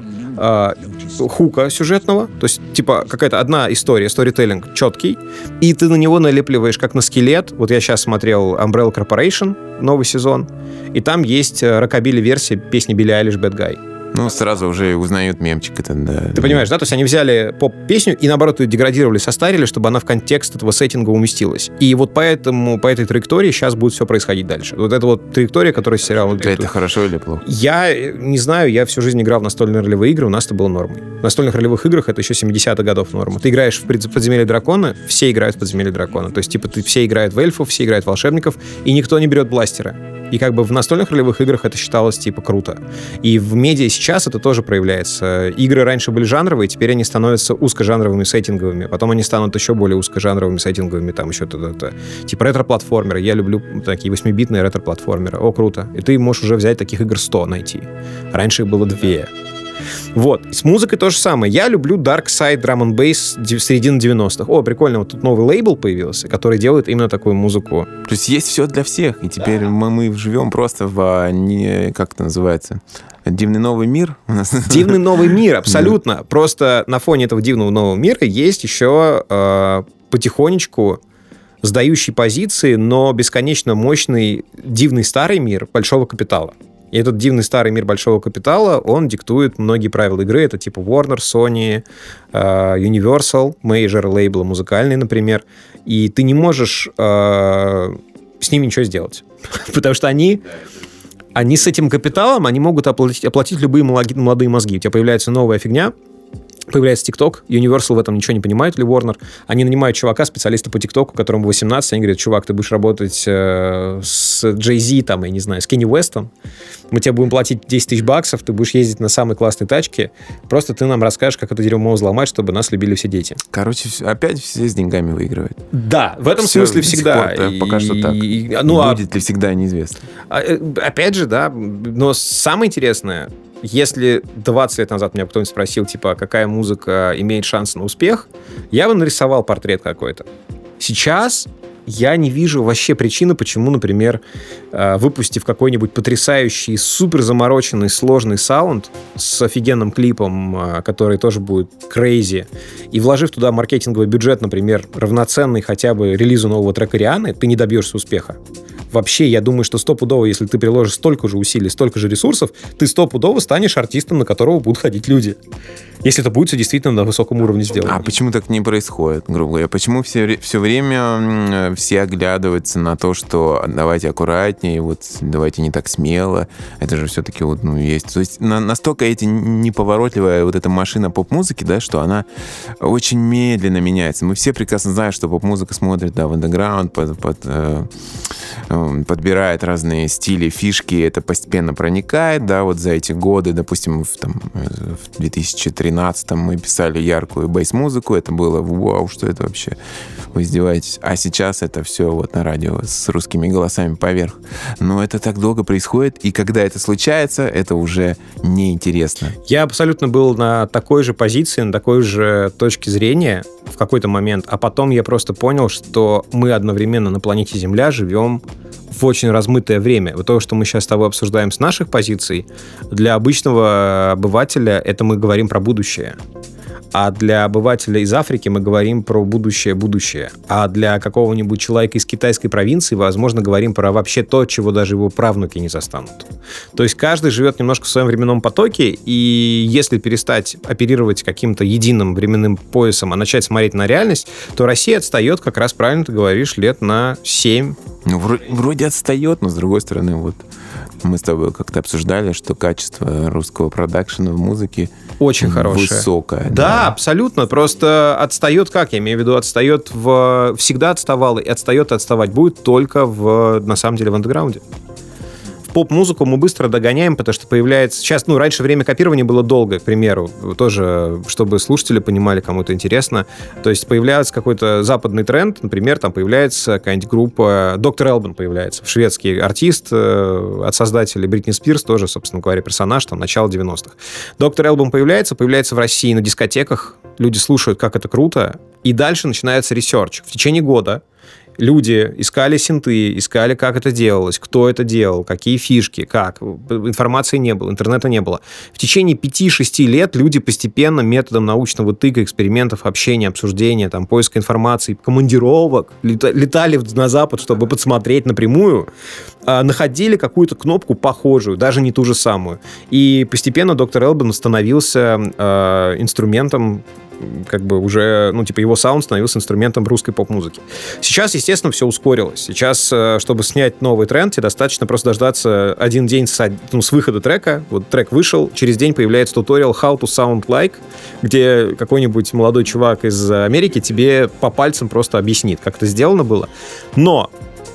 хука сюжетного, то есть, типа, какая-то одна история, сторителлинг четкий, и ты на него налепливаешь как на скелет. Вот я сейчас смотрел Umbrella Corporation, новый сезон, и там есть рокобили-версия песни Билли Айлиш «Bad Guy». Ну, сразу уже узнают мемчик это, да. Ты понимаешь, да? То есть они взяли поп-песню и, наоборот, ее деградировали, состарили, чтобы она в контекст этого сеттинга уместилась. И вот поэтому по этой траектории сейчас будет все происходить дальше. Вот это вот траектория, которая сериал... Это хорошо или плохо? Я не знаю, я всю жизнь играл в настольные ролевые игры, у нас это было нормой. В настольных ролевых играх это еще 70-х годов норма. Ты играешь в «Подземелье дракона», все играют в «Подземелье дракона». То есть, типа, все играют в эльфов, все играют в волшебников, и никто не берет бластера. И как бы в настольных ролевых играх это считалось, типа, круто. И в медиа сейчас это тоже проявляется. Игры раньше были жанровые, теперь они становятся узкожанровыми, сеттинговыми. Потом они станут еще более узкожанровыми, сеттинговыми, там еще типа ретро-платформеры. Я люблю такие 8-битные ретро-платформеры. О, круто. И ты можешь уже взять таких игр 100 найти. Раньше их было 2. Вот. С музыкой то же самое. Я люблю Dark Side Drum and Bass середины 90-х. О, прикольно, вот тут новый лейбл появился, который делает именно такую музыку. То есть есть все для всех, и теперь мы живем просто в, как это называется, дивный новый мир. Дивный новый мир, абсолютно. Просто на фоне этого дивного нового мира есть еще потихонечку сдающий позиции, но бесконечно мощный дивный старый мир большого капитала. И этот дивный старый мир большого капитала, он диктует многие правила игры. Это типа Warner, Sony, Universal, мейджор лейблы музыкальные, например. И ты не можешь с ними ничего сделать. Потому что они с этим капиталом, они могут оплатить любые молодые мозги. У тебя появляется новая фигня, появляется TikTok, Universal в этом ничего не понимает, или Warner. Они нанимают чувака, специалиста по TikTok, которому 18, они говорят: чувак, ты будешь работать с Jay-Z, там, я не знаю, с Kanye West'ом, мы тебе будем платить $10 000, ты будешь ездить на самой классной тачке, просто ты нам расскажешь, как это дерьмо взломать, чтобы нас любили все дети. Короче, опять все с деньгами выигрывают. Да, в этом смысле всегда. Пока что так. Будет ли всегда, неизвестно. Опять же, да, но самое интересное, если 20 лет назад меня кто-нибудь спросил, типа, какая музыка имеет шанс на успех, я бы нарисовал портрет какой-то. Сейчас я не вижу вообще причины, почему, например, выпустив какой-нибудь потрясающий, супер замороченный, сложный саунд с офигенным клипом, который тоже будет crazy, и вложив туда маркетинговый бюджет, например, равноценный хотя бы релизу нового трека Рианы, ты не добьешься успеха. Вообще, я думаю, что стопудово, если ты приложишь столько же усилий, столько же ресурсов, ты стопудово станешь артистом, на которого будут ходить люди. Если это будет все действительно на высоком уровне сделано. А почему так не происходит, грубо говоря? Почему все время все оглядываются на то, что давайте аккуратнее, вот давайте не так смело? Это же все-таки вот, есть. То есть настолько эти неповоротливая вот эта машина поп-музыки, да, что она очень медленно меняется. Мы все прекрасно знаем, что поп-музыка смотрит, да, в андеграунд, подбирает разные стили, фишки, это постепенно проникает, да, вот за эти годы, допустим, в 2013-м мы писали яркую бейс-музыку, это было вау, что это вообще, вы издеваетесь, а сейчас это все вот на радио с русскими голосами поверх. Но это так долго происходит, и когда это случается, это уже неинтересно. Я абсолютно был на такой же позиции, на такой же точке зрения в какой-то момент, а потом я просто понял, что мы одновременно на планете Земля живем в очень размытое время. Вот то, что мы сейчас с тобой обсуждаем с наших позиций, для обычного обывателя это мы говорим про будущее. А для обывателя из Африки мы говорим про будущее. А для какого-нибудь человека из китайской провинции, возможно, говорим про вообще то, чего даже его правнуки не застанут. То есть каждый живет немножко в своем временном потоке, и если перестать оперировать каким-то единым временным поясом, а начать смотреть на реальность, то Россия отстает, как раз правильно ты говоришь, лет на 7. Ну, вроде отстает, но с другой стороны, вот мы с тобой как-то обсуждали, что качество русского продакшена в музыке очень хорошее. Высокое. Да, абсолютно. Просто отстает как? Я имею в виду, отстает всегда отставал, и отстает и отставать будет только на самом деле в андеграунде. Поп-музыку мы быстро догоняем, потому что появляется... Сейчас, раньше время копирования было долго, к примеру, тоже, чтобы слушатели понимали, кому это интересно. То есть появляется какой-то западный тренд, например, там появляется какая-нибудь группа... Доктор Элбан появляется, шведский артист от создателей Бритни Спирс, тоже, собственно говоря, персонаж, там, начала 90-х. Доктор Элбан появляется в России на дискотеках, люди слушают, как это круто, и дальше начинается ресерч. В течение года Люди искали синты, искали, как это делалось, кто это делал, какие фишки, как. Информации не было, интернета не было. В течение 5-6 лет люди постепенно методом научного тыка, экспериментов, общения, обсуждения, там, поиска информации, командировок летали на Запад, чтобы подсмотреть напрямую, находили какую-то кнопку похожую, даже не ту же самую. И постепенно доктор Элбан становился инструментом, как бы уже, ну, типа, его саунд становился инструментом русской поп-музыки. Сейчас, естественно, все ускорилось. Сейчас, чтобы снять новый тренд, тебе достаточно просто дождаться один день с выхода трека. Вот трек вышел, через день появляется туториал How to Sound Like, где какой-нибудь молодой чувак из Америки тебе по пальцам просто объяснит, как это сделано было. Но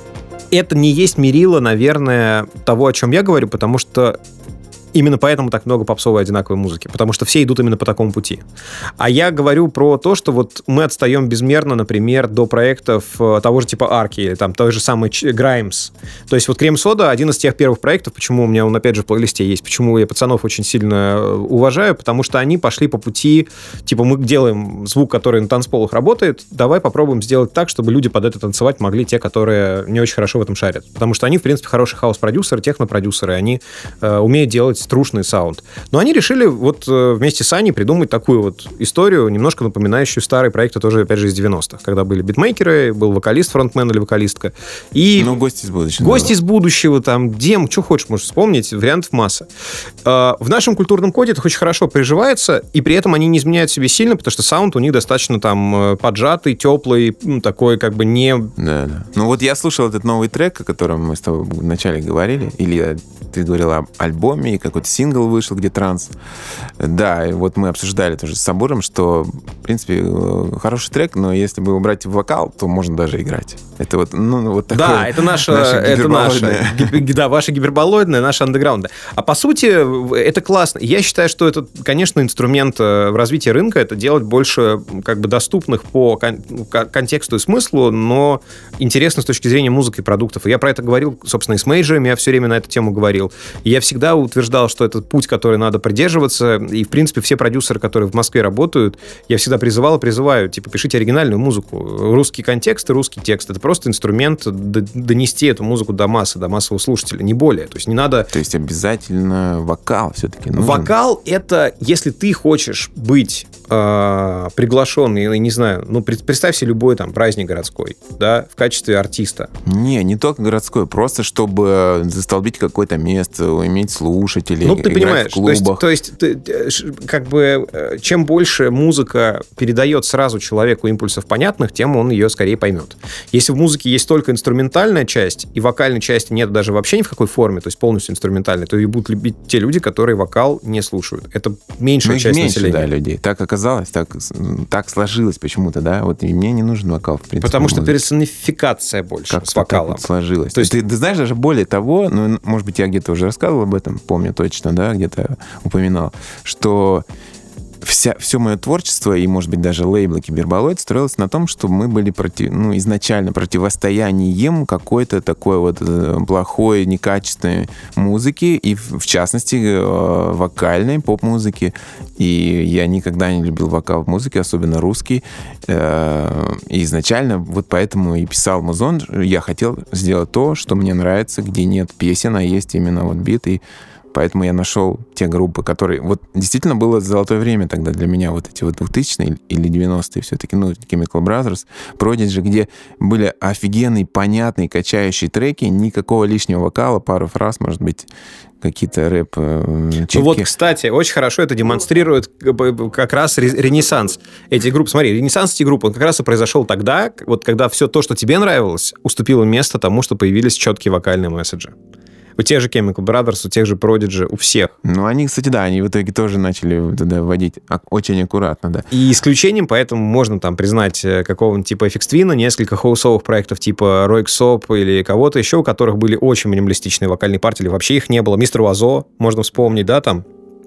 это не есть мерило, наверное, того, о чем я говорю, потому что именно поэтому так много попсовой одинаковой музыки, потому что все идут именно по такому пути. А я говорю про то, что вот мы отстаем безмерно, например, до проектов того же типа Арки или там той же самой Grimes. То есть вот Крем Сода один из тех первых проектов, почему у меня он опять же в плейлисте есть, почему я пацанов очень сильно уважаю, потому что они пошли по пути, типа мы делаем звук, который на танцполах работает, давай попробуем сделать так, чтобы люди под это танцевать могли те, которые не очень хорошо в этом шарят. Потому что они, в принципе, хорошие хаус-продюсеры, техно-продюсеры, они умеют делать трушный саунд. Но они решили вот вместе с Аней придумать такую вот историю, немножко напоминающую старые проекты тоже, опять же, из 90-х, когда были битмейкеры, был вокалист, фронтмен или вокалистка. И ну, гости из будущего. Гости из будущего, там, Дем, что хочешь, можешь вспомнить, вариантов масса. В нашем культурном коде это очень хорошо приживается, и при этом они не изменяют себе сильно, потому что саунд у них достаточно там поджатый, теплый, ну, такой как бы не... Да. Ну вот я слушал этот новый трек, о котором мы с тобой вначале говорили, или ты говорил об альбоме, и какой-то сингл вышел, где транс. Да, и вот мы обсуждали тоже с Сабуром, что, в принципе, хороший трек, но если бы убрать вокал, то можно даже играть. Это вот, ну, вот такое... Да, это наша ваша гиперболоидная, наша андеграундная. А по сути, это классно. Я считаю, что это, конечно, инструмент в развитии рынка, это делать больше как бы доступных по контексту и смыслу, но интересно с точки зрения музыки и продуктов. И я про это говорил, собственно, и с мейджерами, я все время на эту тему говорил. И я всегда утверждал, что это путь, который надо придерживаться, и, в принципе, все продюсеры, которые в Москве работают, я всегда призывал и призываю, типа, пишите оригинальную музыку. Русский контекст и русский текст — это просто инструмент донести эту музыку до массы, до массового слушателя, не более. То есть не надо... То есть обязательно вокал все-таки нужен? Вокал — это если ты хочешь быть приглашен, я не знаю, ну, представь себе любой там праздник городской, да, в качестве артиста. Не только городской, просто чтобы застолбить какое-то место, иметь слушателей, ну, ты понимаешь, в клубах. То есть как бы, чем больше музыка передает сразу человеку импульсов понятных, тем он ее скорее поймет. Если в музыке есть только инструментальная часть, и вокальной части нет даже вообще ни в какой форме, то есть полностью инструментальной, то и будут любить те люди, которые вокал не слушают. Это меньшая часть населения. Да, людей. Так оказалось, так сложилось почему-то, да? Вот и мне не нужен вокал, в принципе. Потому что персонификация больше как с вокалом. Вот сложилось. То есть... ты знаешь, даже более того, ну, может быть, я где-то уже рассказывал об этом, помню точно, да, где-то упоминал, что все мое творчество и, может быть, даже лейбл Киберболоид строилось на том, что мы были изначально противостоянием какой-то такой вот плохой, некачественной музыки, и, в частности, вокальной поп-музыки. И я никогда не любил вокал в музыке, особенно русский. И изначально вот поэтому и писал музон. Я хотел сделать то, что мне нравится, где нет песен, а есть именно вот биты. Поэтому я нашел те группы, которые... Вот действительно было золотое время тогда для меня, вот эти вот 2000-е или 90-е все-таки, ну, Chemical Brothers, Prodigy, где были офигенные, понятные, качающие треки, никакого лишнего вокала, пару фраз, может быть, какие-то рэп-читки. Ну вот, кстати, очень хорошо это демонстрирует как раз ренессанс этих групп. Смотри, ренессанс этих групп, он как раз и произошел тогда, вот когда все то, что тебе нравилось, уступило место тому, что появились четкие вокальные месседжи. У тех же Chemical Brothers, у тех же Prodigy, у всех. Ну, они, кстати, да, они в итоге тоже начали туда вводить очень аккуратно, да. И исключением, поэтому можно там признать какого-нибудь типа FX Twin, несколько хаусовых проектов типа Roik Soap или кого-то еще, у которых были очень минималистичные вокальные партии, или вообще их не было. Мистер Уазо, можно вспомнить, да, там.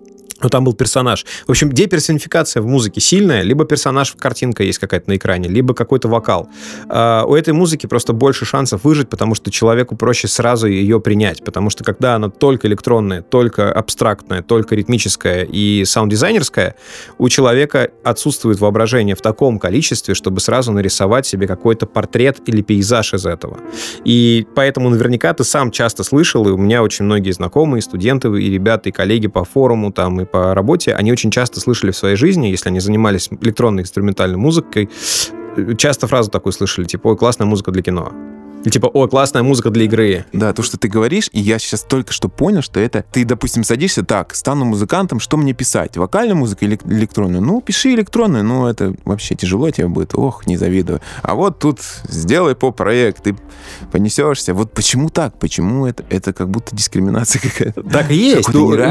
Но там был персонаж. В общем, деперсонификация в музыке сильная, либо персонаж, картинка есть какая-то на экране, либо какой-то вокал. У этой музыки просто больше шансов выжить, потому что человеку проще сразу ее принять, потому что когда она только электронная, только абстрактная, только ритмическая и саунд-дизайнерская, у человека отсутствует воображение в таком количестве, чтобы сразу нарисовать себе какой-то портрет или пейзаж из этого. И поэтому наверняка ты сам часто слышал, и у меня очень многие знакомые, студенты, и ребята, и коллеги по форуму, там, и по работе, они очень часто слышали в своей жизни, если они занимались электронной инструментальной музыкой, часто фразу такую слышали, типа, ой, классная музыка для кино. Или типа, о, классная музыка для игры. Да, то, что ты говоришь, и я сейчас только что понял, что это... Ты, допустим, садишься, так, стану музыкантом, что мне писать? Вокальную музыку или электронную? Ну, пиши электронную, но это вообще тяжело тебе будет. Ох, не завидую. А вот тут сделай поп-проект, ты понесешься. Вот почему так? Почему это как будто дискриминация какая-то? Так и есть.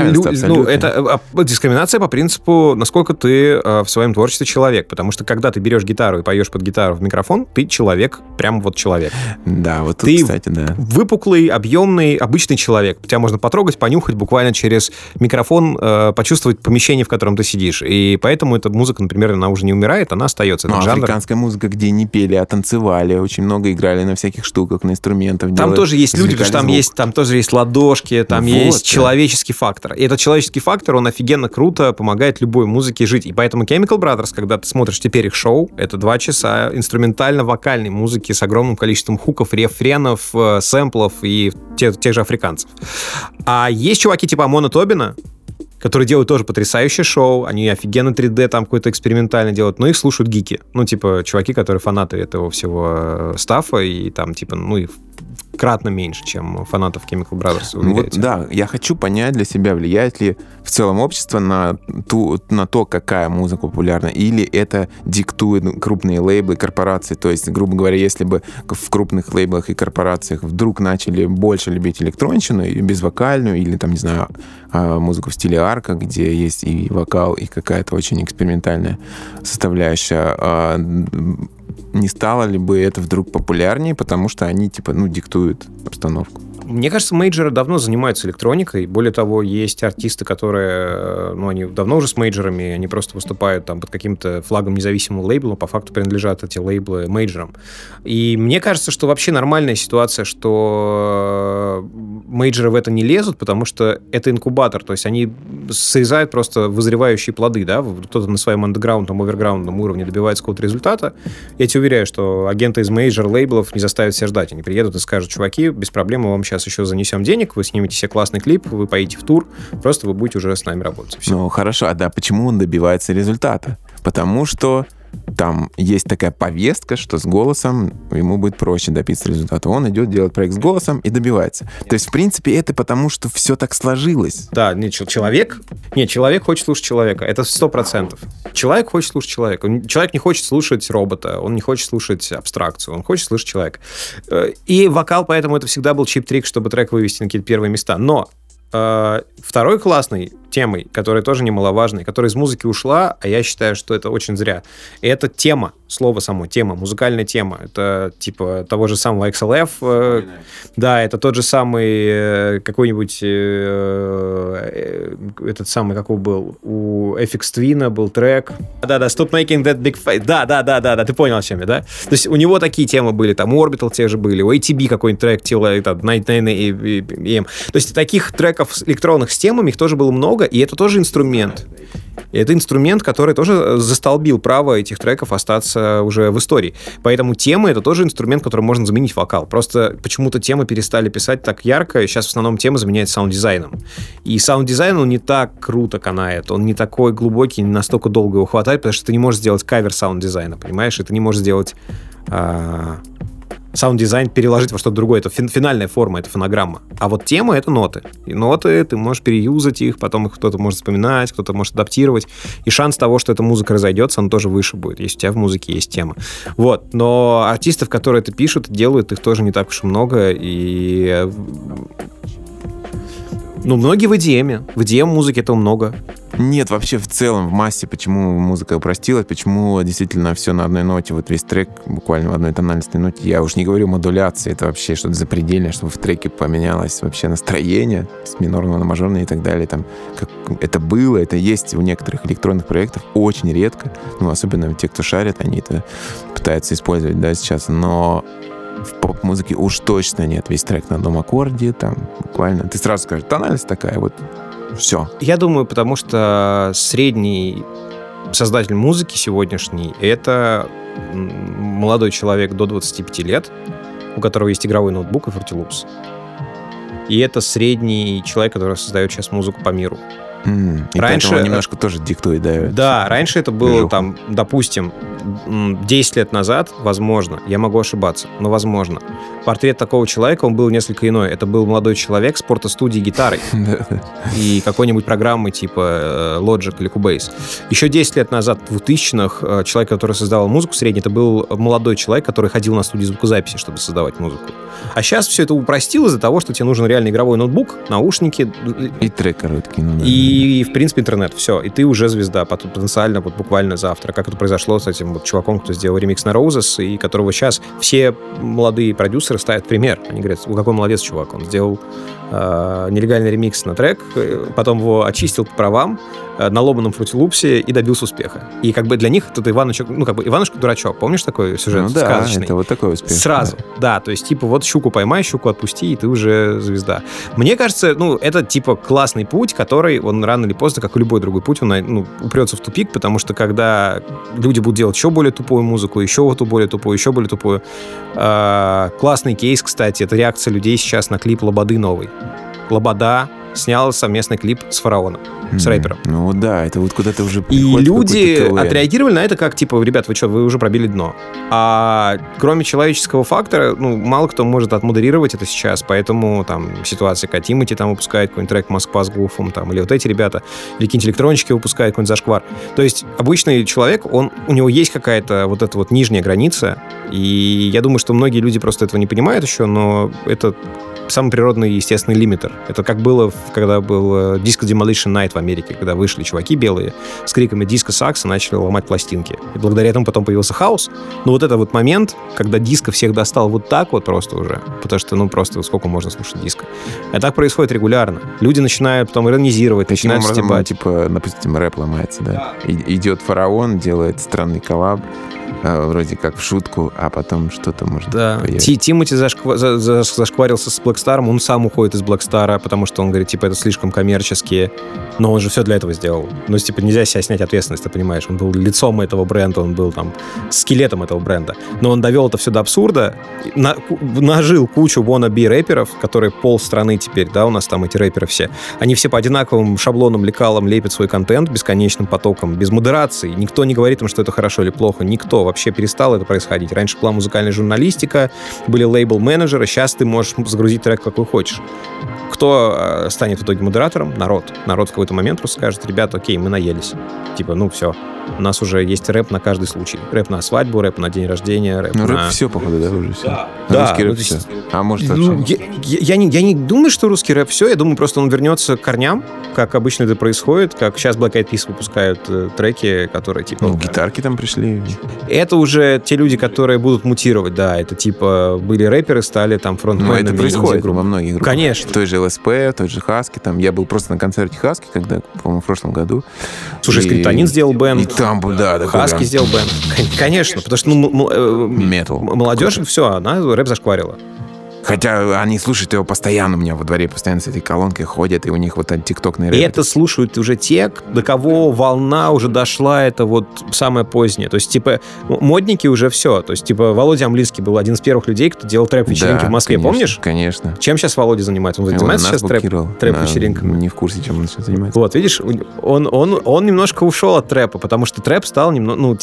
Это дискриминация по принципу, насколько ты в своем творчестве человек. Потому что, когда ты берешь гитару и поешь под гитару в микрофон, ты человек, прям вот человек. Да, вот тут, ты, кстати, да. Выпуклый, объемный, обычный человек. Тебя можно потрогать, понюхать, буквально через микрофон почувствовать помещение, в котором ты сидишь. И поэтому эта музыка, например, она уже не умирает, она остается. Ну, африканская музыка, где не пели, а танцевали, очень много играли на всяких штуках, на инструментах. Там тоже есть люди, потому что там тоже есть ладошки, там есть человеческий фактор. И этот человеческий фактор, он офигенно круто помогает любой музыке жить. И поэтому Chemical Brothers, когда ты смотришь теперь их шоу, это 2 часа инструментально-вокальной музыки с огромным количеством хуков, рефренов, сэмплов и тех же африканцев. А есть чуваки типа Амона Тобина, которые делают тоже потрясающее шоу, они офигенно 3D там какой-то экспериментально делают, но их слушают гики. Ну, типа, чуваки, которые фанаты этого всего стаффа, и там, типа, ну, и кратно меньше, чем фанатов Chemical Brothers. Вот, да, я хочу понять для себя, влияет ли в целом общество на то, какая музыка популярна, или это диктуют крупные лейблы, корпорации. То есть, грубо говоря, если бы в крупных лейблах и корпорациях вдруг начали больше любить электронщину, и безвокальную, или там, не знаю, музыку в стиле арка, где есть и вокал, и какая-то очень экспериментальная составляющая, не стало ли бы это вдруг популярнее, потому что они, типа, ну, диктуют обстановку? Мне кажется, мейджоры давно занимаются электроникой. Более того, есть артисты, которые, ну, они давно уже с мейджорами, они просто выступают там под каким-то флагом независимого лейбла, по факту принадлежат эти лейблы мейджорам. И мне кажется, что вообще нормальная ситуация, что мейджоры в это не лезут, потому что это инкубатор, то есть они срезают просто вызревающие плоды, да, кто-то на своем андеграундном, оверграундном уровне добивается какого-то результата. Я тебе уверяю, что агенты из мейджор-лейблов не заставят себя ждать. Они приедут и скажут: чуваки, без проблем, мы вам сейчас еще занесем денег, вы снимете себе классный клип, вы поедете в тур, просто вы будете уже с нами работать. Все. Ну, хорошо, а да, почему он добивается результата? Потому что там есть такая повестка, что с голосом ему будет проще добиться результата. Он идет, делает проект с голосом и добивается. То есть, в принципе, это потому, что все так сложилось. Да, человек хочет слушать человека. Это 100%. Человек хочет слушать человека. Человек не хочет слушать робота, он не хочет слушать абстракцию, он хочет слушать человека. И вокал, поэтому это всегда был чип-трик, чтобы трек вывести на какие-то первые места. Но второй классной темой, которая тоже немаловажной, которая из музыки ушла, а я считаю, что это очень зря. И это тема, слово само, тема, музыкальная тема. Это типа того же самого XLF. Да, это тот же самый какой-нибудь этот самый, какой был? У FX Twin был трек. Да-да, Stop Making That Big Face. Да, ты понял, о чем я, да? То есть у него такие темы были, там у Orbital те же были, у ATB какой-нибудь трек, AM. То есть таких треков электронных с темами, их тоже было много, и это тоже инструмент. И это инструмент, который тоже застолбил право этих треков остаться уже в истории. Поэтому темы — это тоже инструмент, которым можно заменить вокал. Просто почему-то темы перестали писать так ярко, и сейчас в основном тема заменяется саунд-дизайном. И саунд-дизайн, он не так круто канает, он не такой глубокий, не настолько долго его хватает, потому что ты не можешь сделать кавер саунд-дизайна, понимаешь? И ты не можешь сделать саунд-дизайн переложить во что-то другое. Это финальная форма, это фонограмма. А вот тема — это ноты. И ноты, ты можешь переюзать их, потом их кто-то может вспоминать, кто-то может адаптировать. И шанс того, что эта музыка разойдется, он тоже выше будет, если у тебя в музыке есть тема. Вот. Но артистов, которые это пишут, делают, их тоже не так уж и много. И... Ну, многие в EDM. В EDM музыки этого много. Нет, вообще в целом, в массе, почему музыка упростилась, почему действительно все на одной ноте, вот весь трек буквально в одной тональной ноте. Я уж не говорю модуляции, это вообще что-то запредельное, чтобы в треке поменялось вообще настроение с минорного на мажорное и так далее. Там, как это было, это есть у некоторых электронных проектов очень редко, ну, особенно те, кто шарит, они это пытаются использовать, да, сейчас, но в поп-музыке уж точно нет. Весь трек на одном аккорде, там буквально. Ты сразу скажешь, тональность такая, вот все. Я думаю, потому что средний создатель музыки сегодняшний — это молодой человек до 25 лет, у которого есть игровой ноутбук и Fruity Loops. И это средний человек, который создает сейчас музыку по миру. И раньше он немножко тоже диктует, да? Да, раньше это было, там, допустим, 10 лет назад, возможно, я могу ошибаться, но возможно. Портрет такого человека, он был несколько иной. Это был молодой человек с порто-студии гитарой и какой-нибудь программой типа Logic или Cubase. Еще 10 лет назад, в 2000-х, человек, который создавал музыку средний, это был молодой человек, который ходил на студии звукозаписи, чтобы создавать музыку. А сейчас все это упростило из-за того, что тебе нужен реально игровой ноутбук, наушники. И трек короткий. Ну, да. И, в принципе, интернет. Все. И ты уже звезда потенциально вот буквально завтра. Как это произошло с этим вот чуваком, кто сделал ремикс на Roses, и которого сейчас все молодые продюсеры ставят пример. Они говорят, какой молодец чувак. Он сделал нелегальный ремикс на трек, потом его очистил по правам на ломаном Fruity Loops'е и добился успеха. И как бы для них это Иванушек, ну как бы Иванушка-дурачок. Помнишь такой сюжет сказочный? Да, это вот такой успех. Сразу. Да, то есть типа вот щуку поймай, щуку отпусти, и ты уже звезда. Мне кажется, ну это типа классный путь, который, он рано или поздно, как и любой другой путь, он упрется в тупик, потому что когда люди будут делать еще более тупую музыку, еще вот более тупую, еще более тупую. Классный кейс, кстати, это реакция людей сейчас на клип Лободы новый. Лобода снял совместный клип с Фараоном, с рэпером. Ну да, это вот куда-то уже приходит. И люди отреагировали на это как, типа, ребят, вы что, вы уже пробили дно. А кроме человеческого фактора, ну, мало кто может отмодерировать это сейчас, поэтому там ситуация, как Тимати там выпускает какой-нибудь трек «Москва» с Гуфом, там, или вот эти ребята, или какие-нибудь электронщики выпускают какой-нибудь зашквар. То есть обычный человек, у него есть какая-то вот эта вот нижняя граница, и я думаю, что многие люди просто этого не понимают еще, но это самый природный и естественный лимитер. Это как было, когда был Disco Demolition Night в Америке, когда вышли чуваки белые с криками «Диско сакс» и начали ломать пластинки. И благодаря этому потом появился хаос. Но вот это вот момент, когда диско всех достал вот так вот просто уже, потому что, ну, просто сколько можно слушать диско. И так происходит регулярно. Люди начинают потом иронизировать, начинают стебать. Типа, допустим, рэп ломается, да? Идет Фараон, делает странный коллаб, вроде как в шутку, а потом что-то может появиться. Тимати зашкварился с Blackstar, он сам уходит из Blackstar, потому что он говорит, типа, это слишком коммерчески, но он же все для этого сделал. Ну, типа, нельзя себя снять ответственность, ты понимаешь. Он был лицом этого бренда, он был там скелетом этого бренда. Но он довел это все до абсурда, нажил кучу wannabe рэперов, которые полстраны теперь, да, у нас там эти рэперы все. Они все по одинаковым шаблонам, лекалам лепят свой контент бесконечным потоком, без модерации. Никто не говорит им, что это хорошо или плохо. Никто. Вообще перестало это происходить. Раньше была музыкальная журналистика, были лейбл-менеджеры, сейчас ты можешь загрузить трек, какой хочешь. Кто станет в итоге модератором? Народ. Народ в какой-то момент просто скажет, ребята, окей, мы наелись. Типа, ну все. У нас уже есть рэп на каждый случай. Рэп на свадьбу, рэп на день рождения, рэп на... рэп все, походу, да, уже все. Да. Русский рэп все. А может, вообще... Я не думаю, что русский рэп все. Я думаю, просто он вернется к корням, как обычно это происходит, как сейчас Black Eyed Peas выпускают треки, которые типа... Ну, гитарки там пришли. Это уже те люди, которые будут мутировать, да. Это типа были рэперы, стали там фронтменами. Но это происходит во многих группах. Конечно. Той же ЛСП, той же Хаски. Там я был просто на концерте Хаски, когда, по-моему, в прошлом году. Слушай, Скриптонит сделал бэнд. И там, да, Хаски сделал бэнд. Конечно, потому что метал. Молодежь, все, она рэп зашкварила. Хотя они слушают его постоянно, у меня во дворе постоянно с этой колонкой ходят, и у них вот тиктокные рэпы. И это слушают уже те, до кого волна уже дошла, это вот самое позднее. То есть, типа, модники уже все. То есть, типа, Володя Амлинский был один из первых людей, кто делал трэп-вечеринки в Москве, конечно, помнишь? Конечно. Чем сейчас Володя занимается? Он занимается сейчас трэп-вечеринками? Не в курсе, чем он сейчас занимается. Вот, видишь, он немножко ушел от трэпа, потому что трэп стал немного, ну,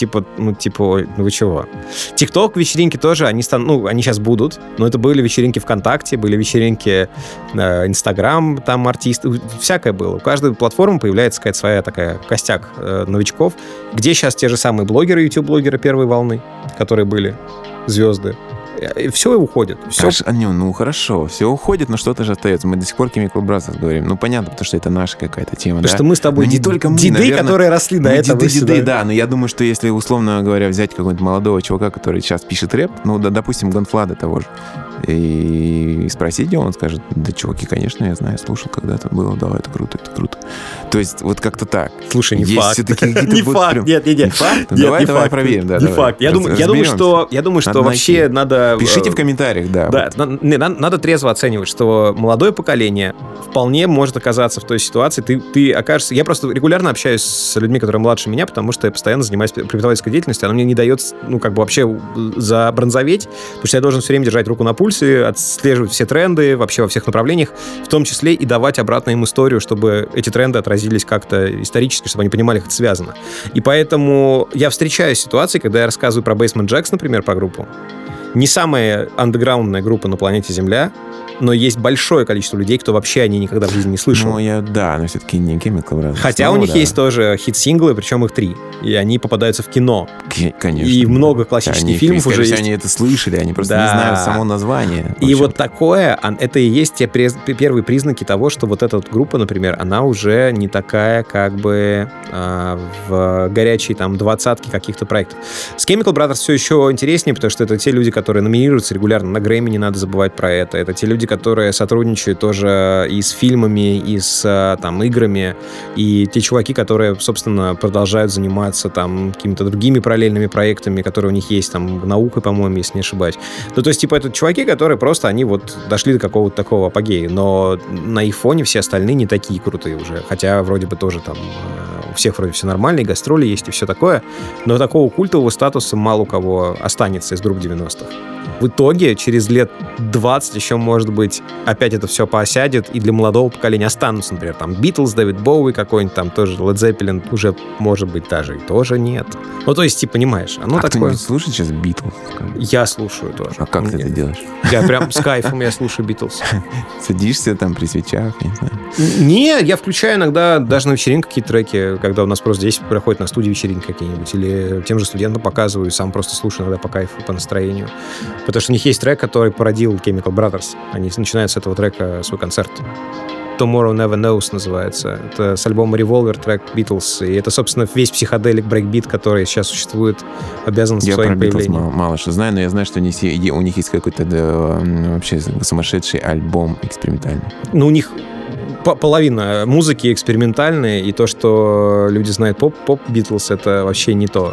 вы чего? Тикток-вечеринки тоже, они сейчас будут, но это были вечеринки ВКонтакте, были вечеринки Инстаграм, там артисты, всякое было. У каждой платформы появляется какая-то своя такая костяк новичков, где сейчас те же самые блогеры, YouTube-блогеры первой волны, которые были звезды. Все уходит. Все... Хорошо, все уходит, но что-то же остается. Мы до сих пор Chemical Brothers говорим. Ну, понятно, потому что это наша какая-то тема, потому что мы с тобой деды, которые росли до этого. Деды, да, но я думаю, что если, условно говоря, взять какого-нибудь молодого чувака, который сейчас пишет рэп, допустим, Гонфлада того же, и спросить, где он скажет: да, чуваки, конечно, я знаю, слушал когда-то, было, да, это круто. То есть вот как-то так. Слушай, не есть факт. Не факт, нет. Не факт? Давай проверим. Не факт. Я думаю, что вообще надо... Пишите в комментариях, да. Да, надо трезво оценивать, что молодое поколение вполне может оказаться в той ситуации, ты окажешься... Я просто регулярно общаюсь с людьми, которые младше меня, потому что я постоянно занимаюсь преподавательской деятельностью, она мне не дает, вообще забронзоветь, потому что я должен все время держать руку на пульсе, отслеживать все тренды вообще во всех направлениях, в том числе и давать обратно им историю, чтобы эти тренды отразились как-то исторически, чтобы они понимали, как это связано. И поэтому я встречаюсь с ситуацией, когда я рассказываю про Basement Jaxx, например, про группу. Не самая андеграундная группа на планете Земля, но есть большое количество людей, кто вообще о ней никогда в жизни не слышал. Но все-таки не Chemical Brothers. Хотя у них есть тоже хит-синглы, причем их 3. И они попадаются в кино. Конечно. И много классических фильмов уже есть. Они это слышали, они просто не знают само название. И вот такое, это и есть те первые признаки того, что вот эта вот группа, например, она уже не такая, как бы в горячей там 20-ке каких-то проектов. С Chemical Brothers все еще интереснее, потому что это те люди, которые номинируются регулярно на Грэмми, не надо забывать про это. Это те люди, которые сотрудничают тоже и с фильмами, и с там играми, и те чуваки, которые, собственно, продолжают заниматься там какими-то другими параллельными проектами, которые у них есть, там, наукой, по-моему, если не ошибаюсь. Ну, то есть, типа, это чуваки, которые просто, они вот дошли до какого-то такого апогея, но на их фоне все остальные не такие крутые уже, хотя вроде бы тоже там у всех вроде все нормально, и гастроли есть, и все такое, но такого культового статуса мало у кого останется из групп 90-х. В итоге, через лет 20 еще, может быть, опять это все поосядет, и для молодого поколения останутся, например, там, Битлз, Дэвид Боуи какой-нибудь, там, тоже Led Zeppelin, уже, может быть, даже и тоже нет. Ну, то есть, ты понимаешь, оно такое... кто-нибудь слушает сейчас Битлз? Я слушаю тоже. А как ты это делаешь? Я прям с кайфом я слушаю Битлз. Садишься там при свечах, я не знаю. Не, я включаю иногда даже на вечеринках какие-то треки, когда у нас просто здесь проходят на студии вечеринки какие-нибудь, или тем же студентам показываю, сам просто слушаю иногда по кайфу, по настроению. Потому что у них есть трек, который породил Chemical Brothers. Они начинают с этого трека свой концерт. Tomorrow Never Knows называется. Это с альбома Revolver трек Beatles. И это, собственно, весь психоделик брейкбит, который сейчас существует, обязан своим появлением. Я про Beatles мало что знаю, но я знаю, что у них есть какой-то вообще сумасшедший альбом экспериментальный. Ну, у них половина музыки экспериментальная, и то, что люди знают поп Beatles, это вообще не то.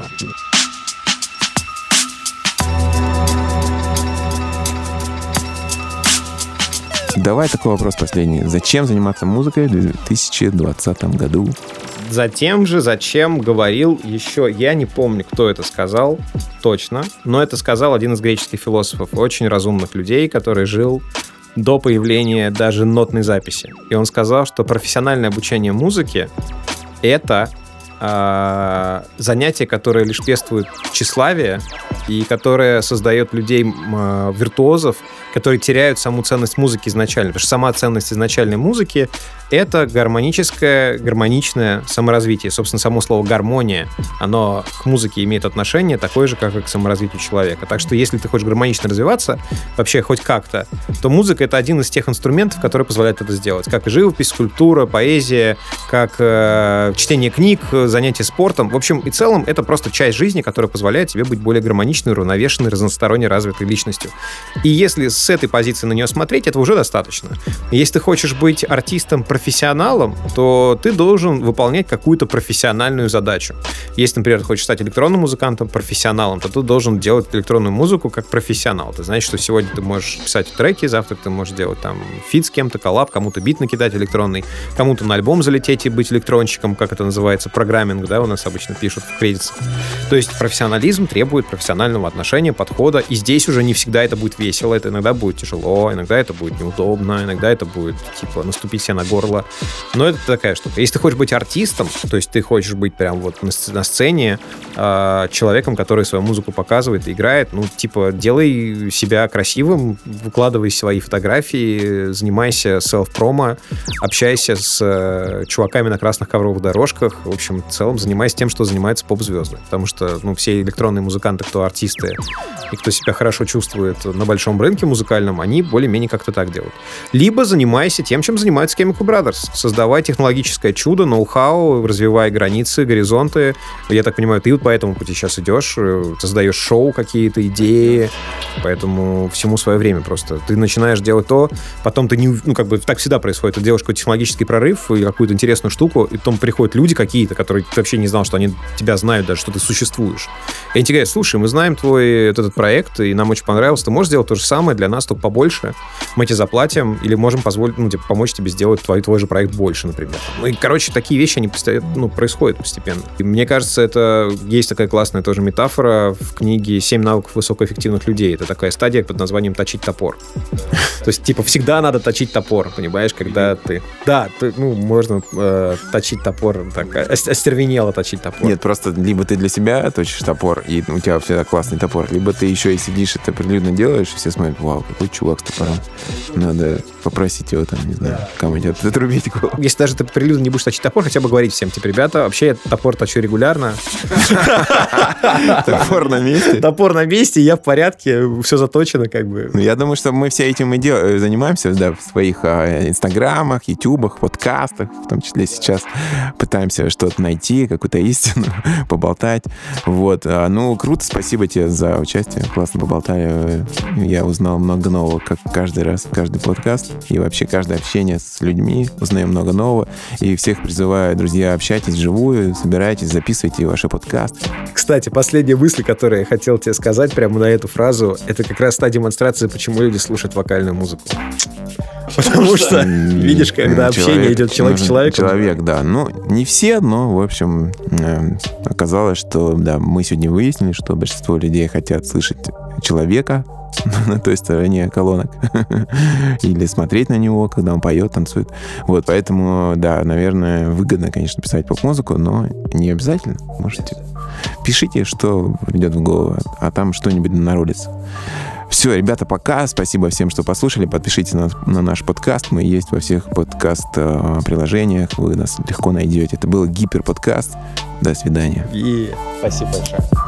Давай такой вопрос последний. Зачем заниматься музыкой в 2020 году? Затем же, зачем говорил еще, я не помню, кто это сказал точно, но это сказал один из греческих философов, очень разумных людей, который жил до появления даже нотной записи. И он сказал, что профессиональное обучение музыке — это занятие, которое лишь пестует тщеславие и которое создает людей виртуозов, которые теряют саму ценность музыки изначально. Потому что сама ценность изначальной музыки — это гармоничное саморазвитие. Собственно, само слово «гармония», оно к музыке имеет отношение такое же, как и к саморазвитию человека. Так что если ты хочешь гармонично развиваться, вообще хоть как-то, то музыка — это один из тех инструментов, которые позволяют это сделать. Как и живопись, скульптура, поэзия, как чтение книг, занятия спортом. В общем и целом, это просто часть жизни, которая позволяет тебе быть более гармоничной, уравновешенной, разносторонне развитой личностью. И если с этой позиции на нее смотреть, этого уже достаточно. Если ты хочешь быть артистом-профессионалом, то ты должен выполнять какую-то профессиональную задачу. Если, например, ты хочешь стать электронным музыкантом, профессионалом, то ты должен делать электронную музыку как профессионал. Ты знаешь, что сегодня ты можешь писать треки, завтра ты можешь делать там фит с кем-то, коллаб, кому-то бит накидать электронный, кому-то на альбом залететь и быть электронщиком, как это называется, программинг, да, у нас обычно пишут в кредитах. То есть профессионализм требует профессионального отношения, подхода, и здесь уже не всегда это будет весело, это иногда будет тяжело, иногда это будет неудобно, иногда это будет, типа, наступить себе на горло. Но это такая штука. Если ты хочешь быть артистом, то есть ты хочешь быть прям вот на сцене человеком, который свою музыку показывает и играет, ну, типа, делай себя красивым, выкладывай свои фотографии, занимайся селф-промо, общайся с чуваками на красных ковровых дорожках, в общем, в целом занимайся тем, что занимаются поп-звезды. Потому что, все электронные музыканты, кто артисты и кто себя хорошо чувствует на большом рынке музыкальном, они более-менее как-то так делают. Либо занимайся тем, чем занимаются Chemical Brothers. Создавай технологическое чудо, ноу-хау, развивай границы, горизонты. Я так понимаю, ты вот по этому пути сейчас идешь, создаешь шоу, какие-то идеи, поэтому всему свое время просто. Ты начинаешь делать то, потом ты так всегда происходит. Ты делаешь какой-то технологический прорыв и какую-то интересную штуку, и потом приходят люди какие-то, которые ты вообще не знал, что они тебя знают даже, что ты существуешь. И они тебе говорят: слушай, мы знаем твой этот проект, и нам очень понравился, ты можешь сделать то же самое для нас, только побольше, мы тебе заплатим, или можем позволить, помочь тебе сделать твой же проект больше, например. И, такие вещи, они происходят постепенно. И мне кажется, это есть такая классная тоже метафора в книге «7 навыков высокоэффективных людей». Это такая стадия под названием «точить топор». То есть, всегда надо точить топор, понимаешь, когда ты... Да, можно точить топор, так, остервенело точить топор. Нет, просто либо ты для себя точишь топор, и у тебя всегда классный топор, либо ты еще и сидишь, это прилюдно делаешь, и все смотрят: вау, какой чувак с топором. Надо попросить его там, не знаю, кому-нибудь отрубить голову. Если даже ты прилюдно не будешь точить топор, хотя бы говорить всем, ребята, вообще я топор точу регулярно. Топор на месте? Топор на месте, я в порядке, все заточено, Я думаю, что мы все этим и занимаемся, да, в своих инстаграмах, ютубах, подкастах, в том числе сейчас пытаемся что-то найти, какую-то истину, поболтать. Вот. Круто, спасибо тебе за участие, классно поболтали. Я узнал много нового, как каждый раз, каждый подкаст, и вообще каждое общение с людьми, узнаем много нового. И всех призываю, друзья, общайтесь вживую, собирайтесь, записывайте ваши подкасты. Кстати, последняя мысль, которую я хотел тебе сказать прямо на эту фразу, это как раз та демонстрация, почему люди слушают вокальную музыку. Потому что, видишь, когда общение идет человек с человеком... Человек, да. Не все, но, в общем, оказалось, что, да, мы сегодня выяснили, что большинство людей хотят слышать человека на той стороне колонок или смотреть на него, когда он поет, танцует. Вот, поэтому, да, наверное, выгодно, конечно, писать поп-музыку, но не обязательно. Можете. Пишите, что придет в голову, а там что-нибудь народится. Все, ребята, пока. Спасибо всем, что послушали. Подпишитесь на наш подкаст. Мы есть во всех подкаст-приложениях. Вы нас легко найдете. Это был Гиперподкаст. До свидания. Спасибо большое.